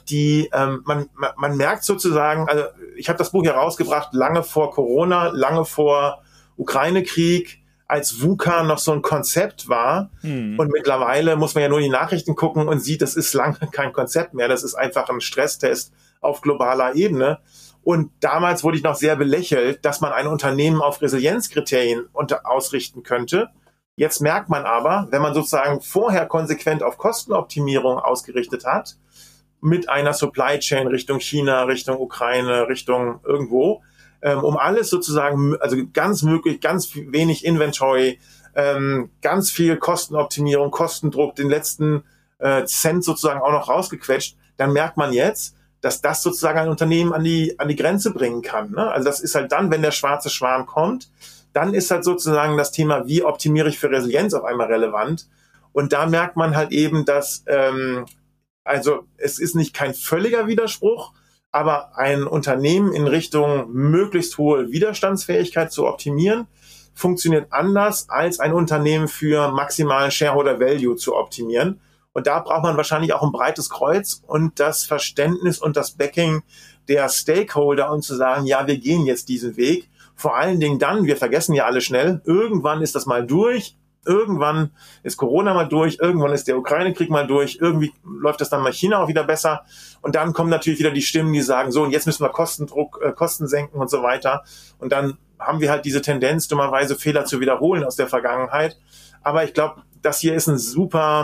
man merkt sozusagen, also ich habe das Buch hier rausgebracht, lange vor Corona, lange vor Ukraine-Krieg, als VUCA noch so ein Konzept war, und mittlerweile muss man ja nur in die Nachrichten gucken und sieht, das ist lange kein Konzept mehr, das ist einfach ein Stresstest auf globaler Ebene. Und damals wurde ich noch sehr belächelt, dass man ein Unternehmen auf Resilienzkriterien ausrichten könnte. Jetzt merkt man aber, wenn man sozusagen vorher konsequent auf Kostenoptimierung ausgerichtet hat, mit einer Supply Chain Richtung China, Richtung Ukraine, Richtung irgendwo, um alles sozusagen, also ganz wenig Inventory, ganz viel Kostenoptimierung, Kostendruck, den letzten Cent sozusagen auch noch rausgequetscht, dann merkt man jetzt, dass das sozusagen ein Unternehmen an die Grenze bringen kann. Ne? Also das ist halt dann, wenn der schwarze Schwan kommt, dann ist halt sozusagen das Thema, wie optimiere ich für Resilienz, auf einmal relevant. Und da merkt man halt eben, dass, also es ist nicht kein völliger Widerspruch, aber ein Unternehmen in Richtung möglichst hohe Widerstandsfähigkeit zu optimieren, funktioniert anders als ein Unternehmen für maximalen Shareholder Value zu optimieren. Und da braucht man wahrscheinlich auch ein breites Kreuz und das Verständnis und das Backing der Stakeholder, um zu sagen, ja, wir gehen jetzt diesen Weg. Vor allen Dingen dann, wir vergessen ja alle schnell, irgendwann ist das mal durch, irgendwann ist Corona mal durch, irgendwann ist der Ukraine-Krieg mal durch, irgendwie läuft das dann mal China auch wieder besser, und dann kommen natürlich wieder die Stimmen, die sagen, so, und jetzt müssen wir Kosten senken und so weiter, und dann haben wir halt diese Tendenz, dummerweise Fehler zu wiederholen aus der Vergangenheit. Aber ich glaube, das hier ist ein super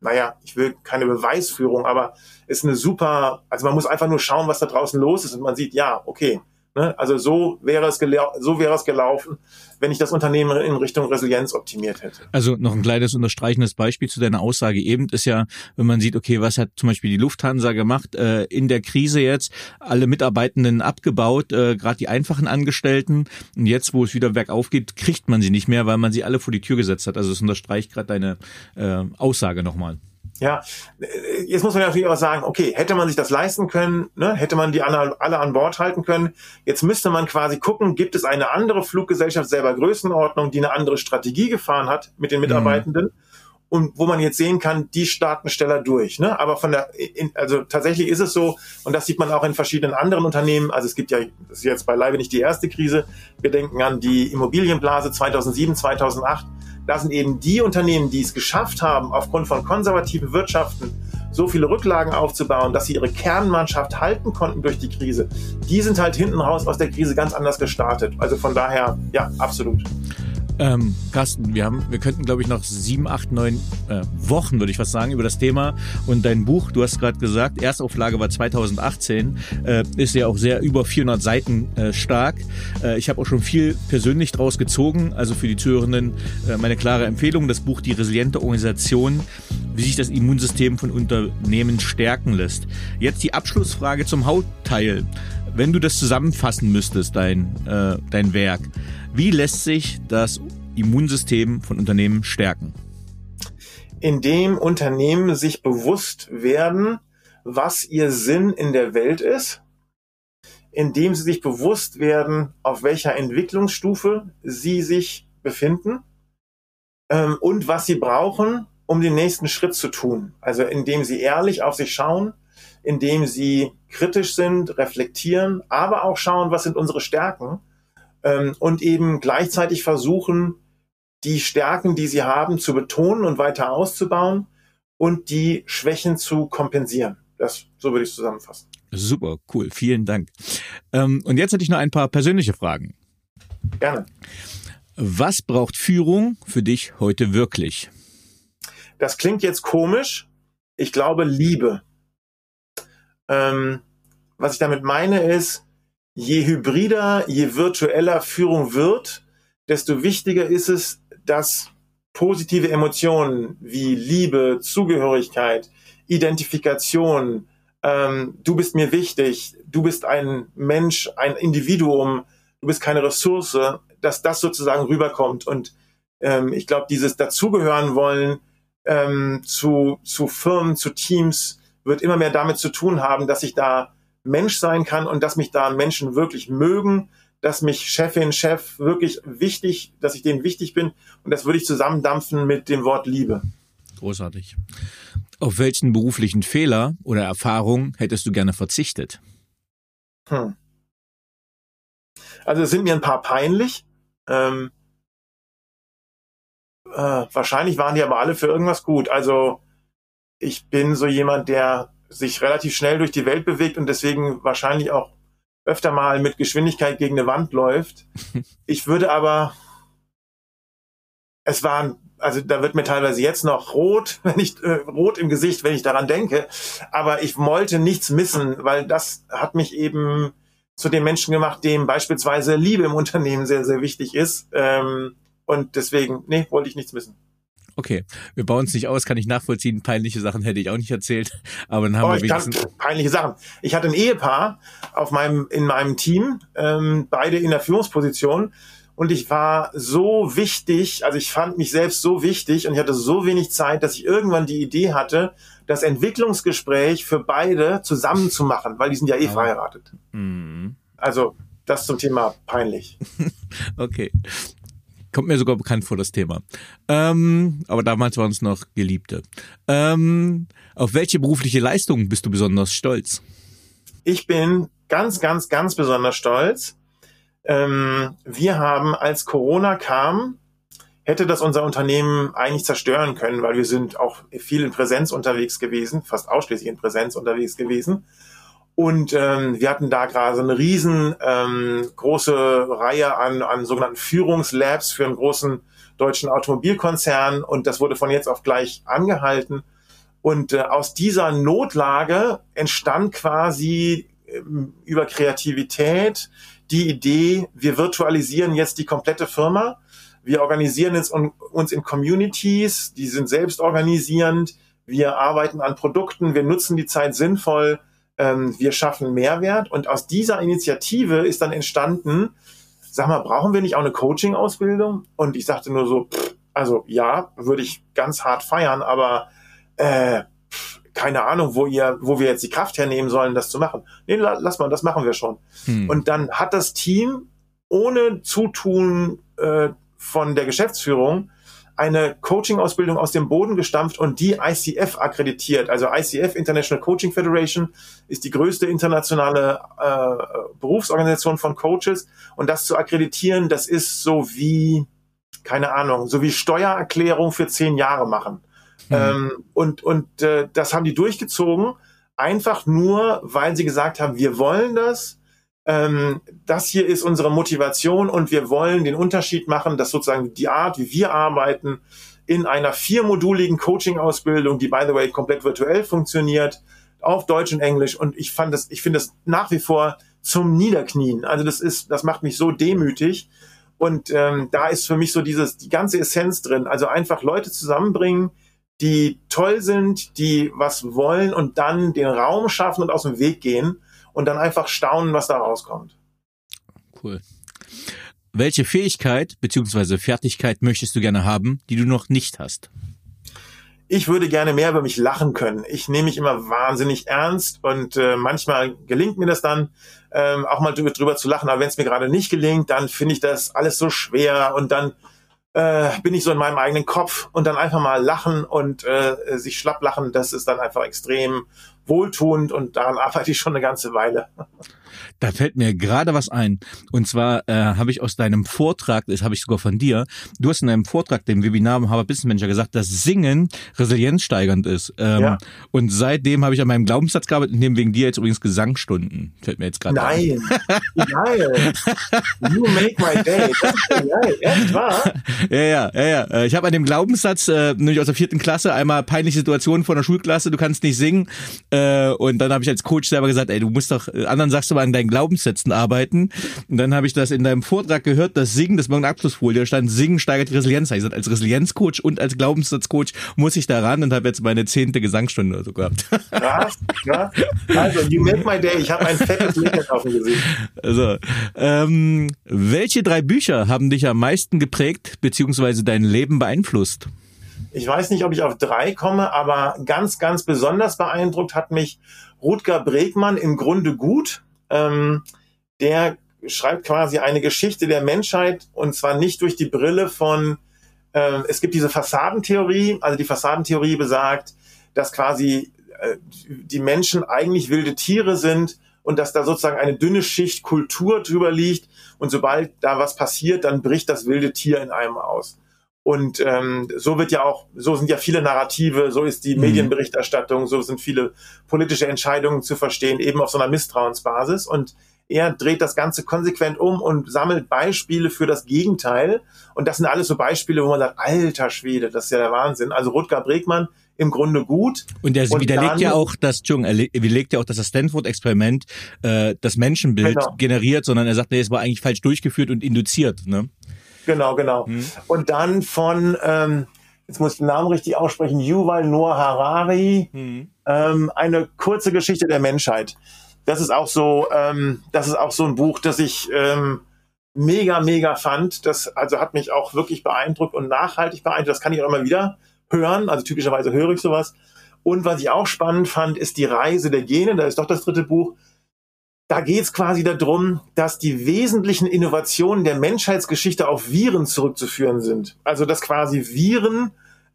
ich will keine Beweisführung, aber ist eine super, also man muss einfach nur schauen, was da draußen los ist und man sieht, ja, okay, ne, also so wäre es gelaufen, wenn ich das Unternehmen in Richtung Resilienz optimiert hätte. Also noch ein kleines unterstreichendes Beispiel zu deiner Aussage eben ist ja, wenn man sieht, okay, was hat zum Beispiel die Lufthansa gemacht, in der Krise jetzt, alle Mitarbeitenden abgebaut, gerade die einfachen Angestellten, und jetzt, wo es wieder bergauf geht, kriegt man sie nicht mehr, weil man sie alle vor die Tür gesetzt hat. Also das unterstreicht gerade deine Aussage nochmal. Ja, jetzt muss man natürlich auch sagen, okay, hätte man sich das leisten können, ne, hätte man die alle an Bord halten können. Jetzt müsste man quasi gucken, gibt es eine andere Fluggesellschaft selber Größenordnung, die eine andere Strategie gefahren hat mit den Mitarbeitenden und wo man jetzt sehen kann, die starten schneller durch. Ne? Aber also tatsächlich ist es so, und das sieht man auch in verschiedenen anderen Unternehmen, also es gibt ja, das ist jetzt beileibe nicht die erste Krise, wir denken an die Immobilienblase 2007, 2008, da sind eben die Unternehmen, die es geschafft haben, aufgrund von konservativen Wirtschaften so viele Rücklagen aufzubauen, dass sie ihre Kernmannschaft halten konnten durch die Krise. Die sind halt hinten raus aus der Krise ganz anders gestartet. Also von daher, ja, absolut. Carsten, wir könnten, glaube ich, noch 7, 8, 9 Wochen, würde ich fast sagen, über das Thema. Und dein Buch, du hast gerade gesagt, Erstauflage war 2018, ist ja auch sehr über 400 Seiten stark. Ich habe auch schon viel persönlich draus gezogen. Also für die Zuhörenden meine klare Empfehlung, das Buch Die resiliente Organisation, wie sich das Immunsystem von Unternehmen stärken lässt. Jetzt die Abschlussfrage zum Hauptteil. Wenn du das zusammenfassen müsstest, dein Werk, wie lässt sich das Immunsystem von Unternehmen stärken? Indem Unternehmen sich bewusst werden, was ihr Sinn in der Welt ist, indem sie sich bewusst werden, auf welcher Entwicklungsstufe sie sich befinden und was sie brauchen, um den nächsten Schritt zu tun. Also indem sie ehrlich auf sich schauen, indem sie kritisch sind, reflektieren, aber auch schauen, was sind unsere Stärken und eben gleichzeitig versuchen, die Stärken, die sie haben, zu betonen und weiter auszubauen und die Schwächen zu kompensieren. So würde ich es zusammenfassen. Super, cool, vielen Dank. Und jetzt hätte ich noch ein paar persönliche Fragen. Gerne. Was braucht Führung für dich heute wirklich? Das klingt jetzt komisch. Ich glaube, Liebe. Was ich damit meine ist, je hybrider, je virtueller Führung wird, desto wichtiger ist es, dass positive Emotionen wie Liebe, Zugehörigkeit, Identifikation, du bist mir wichtig, du bist ein Mensch, ein Individuum, du bist keine Ressource, dass das sozusagen rüberkommt. Und ich glaube, dieses Dazugehören wollen zu Firmen, zu Teams, wird immer mehr damit zu tun haben, dass ich da Mensch sein kann und dass mich da Menschen wirklich mögen, dass mich Chefin, Chef wirklich wichtig, dass ich denen wichtig bin. Und das würde ich zusammendampfen mit dem Wort Liebe. Großartig. Auf welchen beruflichen Fehler oder Erfahrung hättest du gerne verzichtet? Also es sind mir ein paar peinlich. Wahrscheinlich waren die aber alle für irgendwas gut. Also ich bin so jemand, der sich relativ schnell durch die Welt bewegt und deswegen wahrscheinlich auch öfter mal mit Geschwindigkeit gegen eine Wand läuft. Ich würde aber, also da wird mir teilweise jetzt noch rot im Gesicht, wenn ich daran denke, aber ich wollte nichts missen, weil das hat mich eben zu dem Menschen gemacht, dem beispielsweise Liebe im Unternehmen sehr, sehr wichtig ist. Und deswegen, wollte ich nichts missen. Okay, wir bauen es nicht aus, kann ich nachvollziehen. Peinliche Sachen hätte ich auch nicht erzählt, aber dann haben wir wenigstens... Peinliche Sachen. Ich hatte ein Ehepaar in meinem Team, beide in der Führungsposition und ich war so wichtig, also ich fand mich selbst so wichtig und ich hatte so wenig Zeit, dass ich irgendwann die Idee hatte, das Entwicklungsgespräch für beide zusammen zu machen, weil die sind ja verheiratet. Mhm. Also das zum Thema peinlich. Okay. Kommt mir sogar bekannt vor, das Thema. Aber damals waren es noch Geliebte. Auf welche berufliche Leistung bist du besonders stolz? Ich bin ganz, ganz, ganz besonders stolz. Wir haben, als Corona kam, hätte das unser Unternehmen eigentlich zerstören können, weil wir sind auch viel in Präsenz unterwegs gewesen, fast ausschließlich in Präsenz unterwegs gewesen. Und wir hatten da gerade so eine riesengroße Reihe an sogenannten Führungslabs für einen großen deutschen Automobilkonzern. Und das wurde von jetzt auf gleich angehalten. Und aus dieser Notlage entstand quasi über Kreativität die Idee, wir virtualisieren jetzt die komplette Firma. Wir organisieren uns in Communities, die sind selbst organisierend. Wir arbeiten an Produkten, wir nutzen die Zeit sinnvoll, wir schaffen Mehrwert. Und aus dieser Initiative ist dann entstanden, sag mal, brauchen wir nicht auch eine Coaching-Ausbildung? Und ich sagte nur so, also ja, würde ich ganz hart feiern, aber keine Ahnung, wo wir jetzt die Kraft hernehmen sollen, das zu machen. Nee, lass mal, das machen wir schon. Und dann hat das Team ohne Zutun von der Geschäftsführung eine Coaching-Ausbildung aus dem Boden gestampft und die ICF akkreditiert. Also ICF, International Coaching Federation, ist die größte internationale Berufsorganisation von Coaches. Und das zu akkreditieren, das ist so wie, keine Ahnung, so wie Steuererklärung für 10 Jahre machen. Das haben die durchgezogen, einfach nur, weil sie gesagt haben, wir wollen das. Das hier ist unsere Motivation und wir wollen den Unterschied machen, dass sozusagen die Art, wie wir arbeiten, in einer 4-moduligen Coaching-Ausbildung, die by the way komplett virtuell funktioniert, auf Deutsch und Englisch. Und ich finde das nach wie vor zum Niederknien. Also das macht mich so demütig. Und da ist für mich so die ganze Essenz drin. Also einfach Leute zusammenbringen, die toll sind, die was wollen und dann den Raum schaffen und aus dem Weg gehen. Und dann einfach staunen, was da rauskommt. Cool. Welche Fähigkeit bzw. Fertigkeit möchtest du gerne haben, die du noch nicht hast? Ich würde gerne mehr über mich lachen können. Ich nehme mich immer wahnsinnig ernst und manchmal gelingt mir das dann, auch mal drüber zu lachen. Aber wenn es mir gerade nicht gelingt, dann finde ich das alles so schwer und dann bin ich so in meinem eigenen Kopf und dann einfach mal lachen und sich schlapp lachen, das ist dann einfach extrem wohltuend und daran arbeite ich schon eine ganze Weile. Da fällt mir gerade was ein. Und zwar habe ich aus deinem Vortrag, das habe ich sogar von dir, du hast in deinem Vortrag, dem Webinar im Harvard Business Manager gesagt, dass Singen resilienzsteigernd ist. Ja. Und seitdem habe ich an meinem Glaubenssatz gearbeitet und nehme wegen dir jetzt übrigens Gesangsstunden. Fällt mir jetzt gerade ein. Nein, geil. You make my day. Das ist geil. Echt wahr? Ja. Ich habe an dem Glaubenssatz, nämlich aus der 4. Klasse, einmal peinliche Situation vor der Schulklasse, du kannst nicht singen. Und dann habe ich als Coach selber gesagt, ey, du musst doch, anderen sagst du mal an deinen Glaubenssätzen arbeiten. Und dann habe ich das in deinem Vortrag gehört, das Singen, das war eine Abschlussfolie, da stand, Singen steigert die Resilienz. Ich gesagt, als Resilienzcoach und als Glaubenssatzcoach muss ich da ran und habe jetzt meine 10. Gesangsstunde oder so gehabt. Krass. Also, you make my day. Ich habe ein fettes Lächeln auf dem Gesicht. Also, welche 3 Bücher haben dich am meisten geprägt, beziehungsweise dein Leben beeinflusst? Ich weiß nicht, ob ich auf 3 komme, aber ganz, ganz besonders beeindruckt hat mich Rutger Bregmann, Im Grunde gut. Der schreibt quasi eine Geschichte der Menschheit und zwar nicht durch die Brille von, es gibt diese Fassadentheorie, also die Fassadentheorie besagt, dass quasi die Menschen eigentlich wilde Tiere sind und dass da sozusagen eine dünne Schicht Kultur drüber liegt und sobald da was passiert, dann bricht das wilde Tier in einem aus. Und so sind ja viele Narrative, so ist die Medienberichterstattung, so sind viele politische Entscheidungen zu verstehen, eben auf so einer Misstrauensbasis. Und er dreht das Ganze konsequent um und sammelt Beispiele für das Gegenteil. Und das sind alles so Beispiele, wo man sagt, alter Schwede, das ist ja der Wahnsinn. Also Rutger Bregmann, Im Grunde gut. Und er widerlegt ja auch das Stanford-Experiment das Menschenbild generiert, sondern er sagt, nee, es war eigentlich falsch durchgeführt und induziert, ne? Genau. Und dann von, jetzt muss ich den Namen richtig aussprechen, Yuval Noah Harari, eine kurze Geschichte der Menschheit. Das ist auch so ein Buch, das ich mega fand. Das also hat mich auch wirklich beeindruckt und nachhaltig beeindruckt. Das kann ich auch immer wieder hören. Also typischerweise höre ich sowas. Und was ich auch spannend fand, ist die Reise der Gene. Da ist doch das 3. Buch. Da geht es quasi darum, dass die wesentlichen Innovationen der Menschheitsgeschichte auf Viren zurückzuführen sind. Also dass quasi Viren,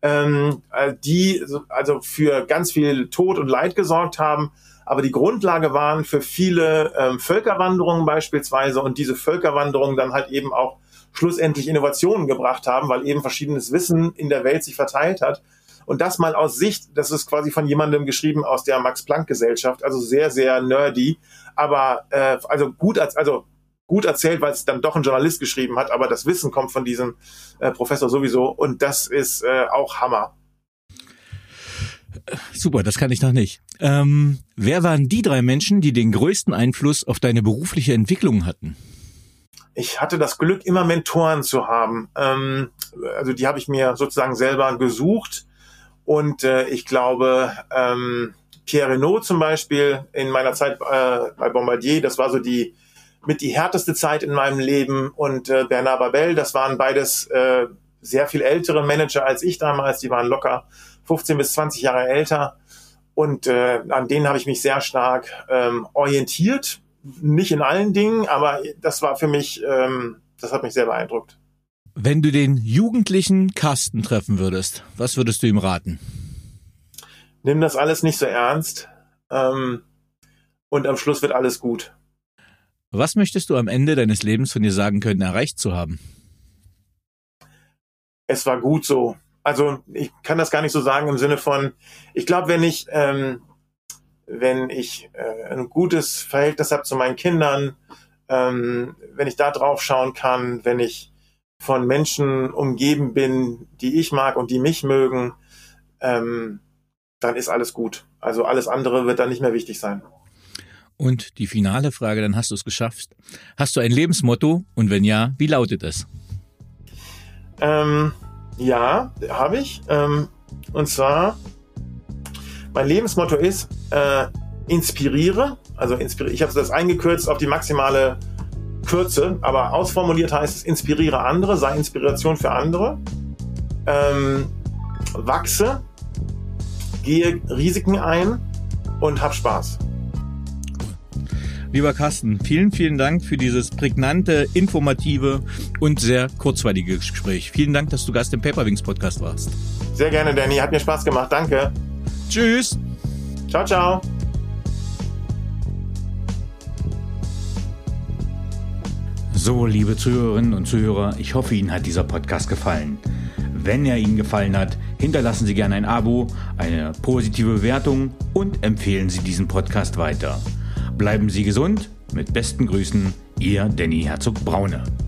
die also für ganz viel Tod und Leid gesorgt haben, aber die Grundlage waren für viele Völkerwanderungen beispielsweise und diese Völkerwanderungen dann halt eben auch schlussendlich Innovationen gebracht haben, weil eben verschiedenes Wissen in der Welt sich verteilt hat. Und das mal aus Sicht, das ist quasi von jemandem geschrieben aus der Max-Planck-Gesellschaft, also sehr, sehr nerdy, aber gut erzählt, weil es dann doch ein Journalist geschrieben hat, aber das Wissen kommt von diesem Professor sowieso und das ist auch Hammer. Super, das kann ich noch nicht. Wer waren die 3 Menschen, die den größten Einfluss auf deine berufliche Entwicklung hatten? Ich hatte das Glück, immer Mentoren zu haben. Also die habe ich mir sozusagen selber gesucht. Und ich glaube, Pierre Renaud zum Beispiel in meiner Zeit bei Bombardier, das war so die härteste Zeit in meinem Leben. Und Bernard Babel, das waren beides sehr viel ältere Manager als ich damals. Die waren locker 15 bis 20 Jahre älter. Und an denen habe ich mich sehr stark orientiert. Nicht in allen Dingen, aber das war für mich, das hat mich sehr beeindruckt. Wenn du den jugendlichen Carsten treffen würdest, was würdest du ihm raten? Nimm das alles nicht so ernst und am Schluss wird alles gut. Was möchtest du am Ende deines Lebens von dir sagen können, erreicht zu haben? Es war gut so. Also ich kann das gar nicht so sagen im Sinne von, ich glaube, wenn ich ein gutes Verhältnis habe zu meinen Kindern, wenn ich da drauf schauen kann, wenn ich von Menschen umgeben bin, die ich mag und die mich mögen, dann ist alles gut. Also alles andere wird dann nicht mehr wichtig sein. Und die finale Frage, dann hast du es geschafft. Hast du ein Lebensmotto? Und wenn ja, wie lautet es? Ja, habe ich. Und zwar, mein Lebensmotto ist, inspiriere. Also ich habe das eingekürzt auf die maximale Kürze, aber ausformuliert heißt es, inspiriere andere, sei Inspiration für andere. Wachse, gehe Risiken ein und hab Spaß. Lieber Carsten, vielen, vielen Dank für dieses prägnante, informative und sehr kurzweilige Gespräch. Vielen Dank, dass du Gast im Paperwings Podcast warst. Sehr gerne, Danny. Hat mir Spaß gemacht. Danke. Tschüss. Ciao, ciao. So, liebe Zuhörerinnen und Zuhörer, ich hoffe, Ihnen hat dieser Podcast gefallen. Wenn er Ihnen gefallen hat, hinterlassen Sie gerne ein Abo, eine positive Bewertung und empfehlen Sie diesen Podcast weiter. Bleiben Sie gesund. Mit besten Grüßen, Ihr Danny Herzog-Braune.